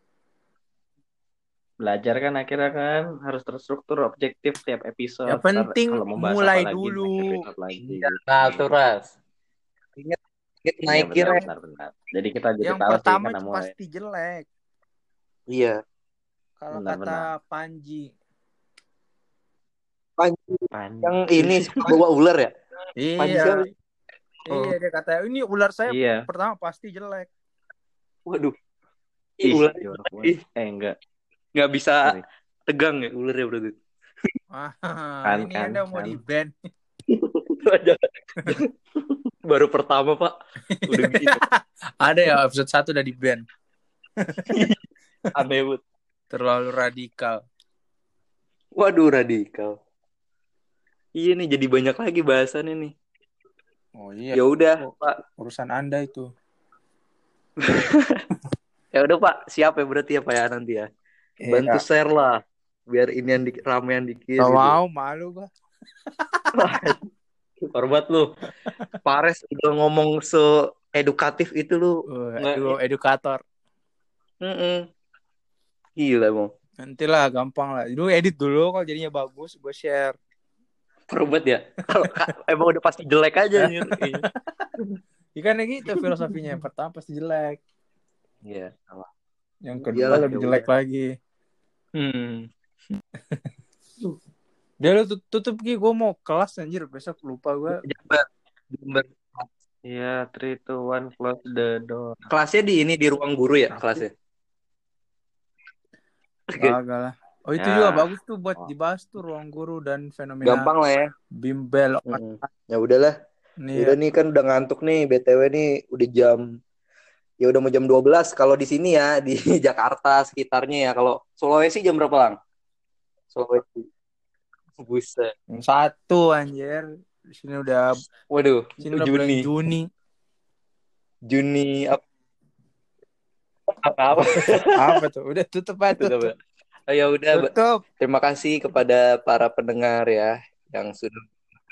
Belajar kan akhirnya kan harus terstruktur objektif tiap episode. Yang Ntar penting kalau mau bahas mulai apa lagi dulu. next episode lagi Iya, gitu. nah tuh Ras. Ingat Iya naikin ya. benar. Jadi kita jadi Yang tahu sih pertama kan itu mulai. pasti jelek. Iya. Kalau Benar. kata Panji. Panji Panji. yang ini suka bawa ular ya? Panji Iya. siapa? Iya, dia kata ini ular saya Iya. pertama pasti jelek. Waduh. Ih, Ular jorok banget. ih, Enggak. nggak bisa Sorry. tegang ya ularnya berarti. Ini Anda mau di ban. Baru pertama Pak. Udah gitu. Ada ya episode 1 udah di ban. Aneh banget. Terlalu radikal. Waduh radikal. Iya nih jadi banyak lagi bahasannya nih. Oh iya. Ya udah Pak. Urusan Anda itu. Ya udah Pak, siap ya berarti ya Pak ya nanti ya. Bantu share lah biar ini yang ramean dikit. Gak gitu. mau, malu gua. Hormat lu. Pares udah ngomong edukatif itu lu. Aduh, edukator. Gila Bang. Nanti lah, gampang lah. Dulu edit dulu kalau jadinya bagus, gue share. Hormat ya. Kalau emang udah pasti jelek aja nih. Ikan gitu filosofinya. Yang pertama pasti jelek. Iya. Yang kedua lebih jelek lagi. Dia lu tutup Ki, gue mau kelas anjir, besok lupa gue. Jember. Iya, 3, 2, 1, close the door. Kelasnya di ruang guru ya kelasnya? Agak lah. Oh itu juga bagus tuh buat dibahas tuh ruang guru dan fenomena. Gampang lah ya. Bimbel. Ya udahlah. Nih, udah nih kan udah ngantuk nih BTW nih udah jam. Ya udah mau jam 12 kalau di sini ya di Jakarta sekitarnya ya. Kalau Sulawesi jam berapa Lang? Sulawesi. Buset. 1 anjir. Di sini udah sini udah bulan Juni. Juni apa? Apa tuh? Udah tutup aja. Ya udah. Tutup. Terima kasih kepada para pendengar ya yang sudah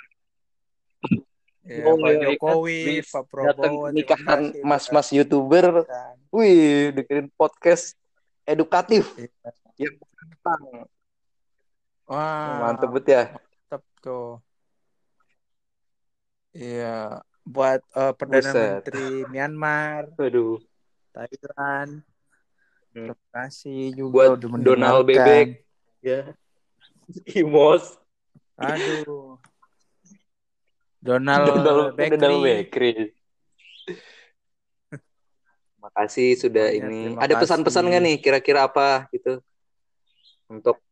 Pak Jokowi, Pak Prabowo, nikahan mas-mas YouTuber. Wih, dengerin podcast edukatif. Yang tentang. Wah, mantep banget ya. Mantep tuh. Iya, buat Perdana Menteri Myanmar, Thailand. Terima kasih juga buat Donald Bebek, ya, Imos. Aduh, Donald Bakery. Makasih sudah ini. Ada pesan-pesan nggak nih? Kira-kira apa gitu untuk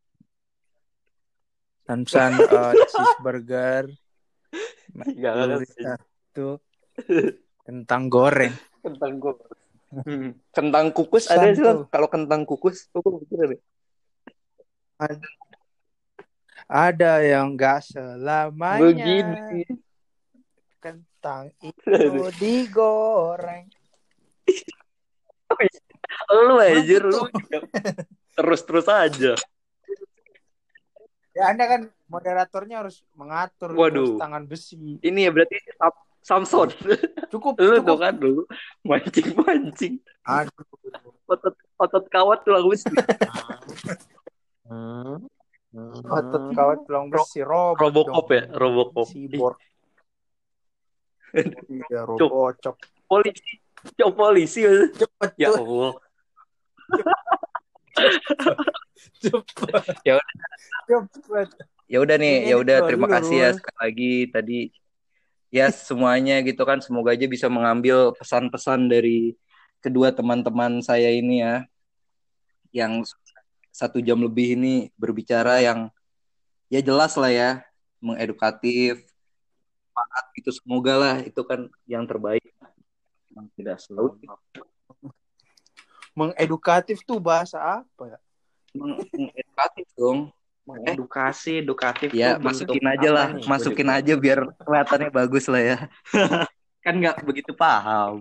pesan cheeseburger. Itu kentang goreng. Kentang kukus ada sih Lang. Kalau kentang kukus, ada yang nggak selamanya. Begini. Kentang itu digoreng. Lu aja lu terus aja. Ya Anda kan moderatornya harus mengatur terus tangan besi. Ini ya berarti Samson. Cukup. Tuh kan lu mancing. Aduh. Otot kawat tulang besi. Otot kawat tulang besi. Robocop ya, Robocop. Cyborg. Iya, Robocop. Polisi. Cepet. Ya Allah. Cepet. Ya udah nih, terima kasih ya sekali lagi tadi ya semuanya gitu kan, semoga aja bisa mengambil pesan-pesan dari kedua teman-teman saya ini ya yang 1 jam lebih ini berbicara yang ya jelas lah ya, mengedukatif, bermanfaat gitu. Semoga lah itu kan yang terbaik. Tidak selalu Mengedukatif tuh bahasa apa ya? Edukatif dong. edukasi, edukatif Ya tuh masukin bentuk aja apa lah, nih? masukin aja biar kelihatannya bagus lah ya. Kan nggak begitu paham.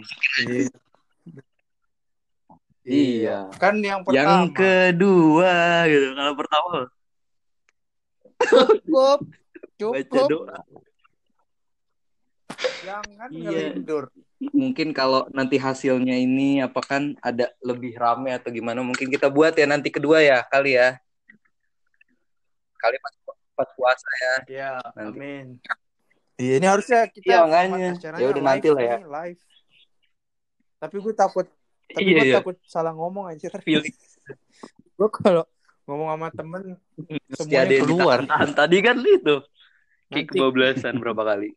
Iya. Kan yang Yang pertama. kedua gitu. Kalau pertama Cukup. baca doa. Jangan Iya. ngelindur. Mungkin kalau nanti hasilnya ini apa kan ada lebih rame atau gimana, mungkin kita buat ya nanti kedua ya kali ya. Kali pas puasa ya. Ya, Nanti. amin. Iya, ini harusnya kita Iya, makanya. acaranya Ya udah live nanti lah ya. nih, live. Tapi gue takut takut salah ngomong aja. Gue kalau ngomong sama temen Mesti semuanya ada yang keluar. ditahan. Tadi kan itu. Kayak Nanti- kebablasan berapa kali.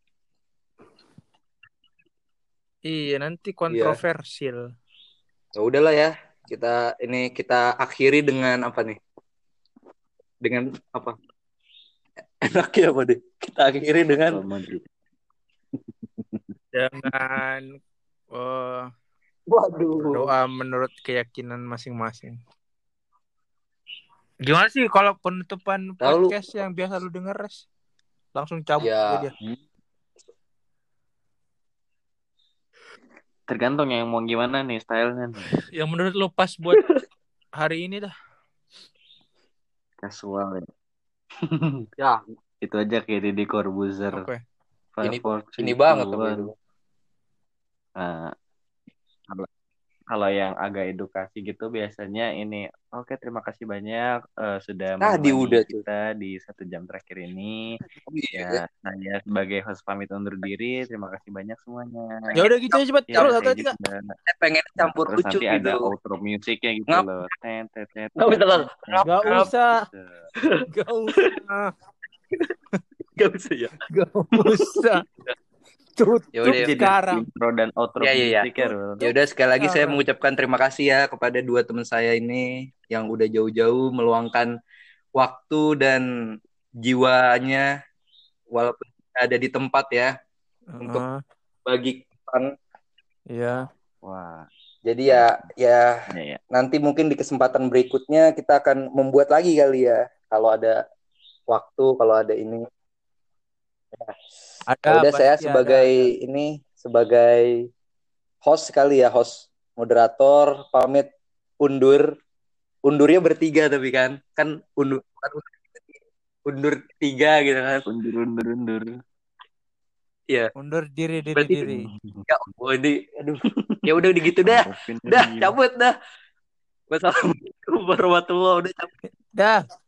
Iya, nanti kontroversial. Ya udahlah ya. Kita akhiri dengan apa nih? Dengan apa? Enaknya apa deh? Kita akhiri dengan Dengan waduh. doa menurut keyakinan masing-masing. Gimana sih kalau penutupan Tahu. podcast yang biasa lu denger, Res? Langsung cabut Ya. aja. Tergantung yang mau gimana nih stylenya nih. Yang menurut lu pas buat hari ini dah. Casual ya. Ya, Itu aja kayak Deddy Corbuzier. Oke. ini banget tapi itu. Nah, kalau yang agak edukasi gitu biasanya ini, oke, terima kasih banyak sudah Udah tuh. kita di 1 jam terakhir ini. Iya. Ya, saya sebagai host pamit undur diri. Terima kasih banyak semuanya. Ya udah gitu aja cepat. Ya, Terus kayak satu gitu tiga. dah. Saya pengen campur Terus lucu nanti gitu. ada outro musiknya gitu Ngap. loh. Tet. Nggak bisa kan? Gak usah. Gitu. Gak usah. Gak bisa ya. Gak usah. Tutup Yaudah, Jadi sekarang. intro dan outro Iya. musiknya Rul. Ya udah sekali lagi saya Sekarang. mengucapkan terima kasih ya kepada 2 teman saya ini yang udah jauh-jauh meluangkan waktu dan jiwanya walaupun ada di tempat ya untuk bagi pesan. Iya. Wah, Jadi ya ya. nanti mungkin di kesempatan berikutnya kita akan membuat lagi kali ya kalau ada waktu, kalau ada ini. Ada. Udah saya pasti sebagai ada. ini sebagai host kali ya, host moderator pamit undurnya bertiga tapi kan undur 3 gitu kan. Undur. Iya. Undur diri. Berarti- Ya, aduh. Ya udah gitu dah. Dah, cabut dah. Wassalamualaikum warahmatullahi wabarakatuh. Udah cabut. Dah.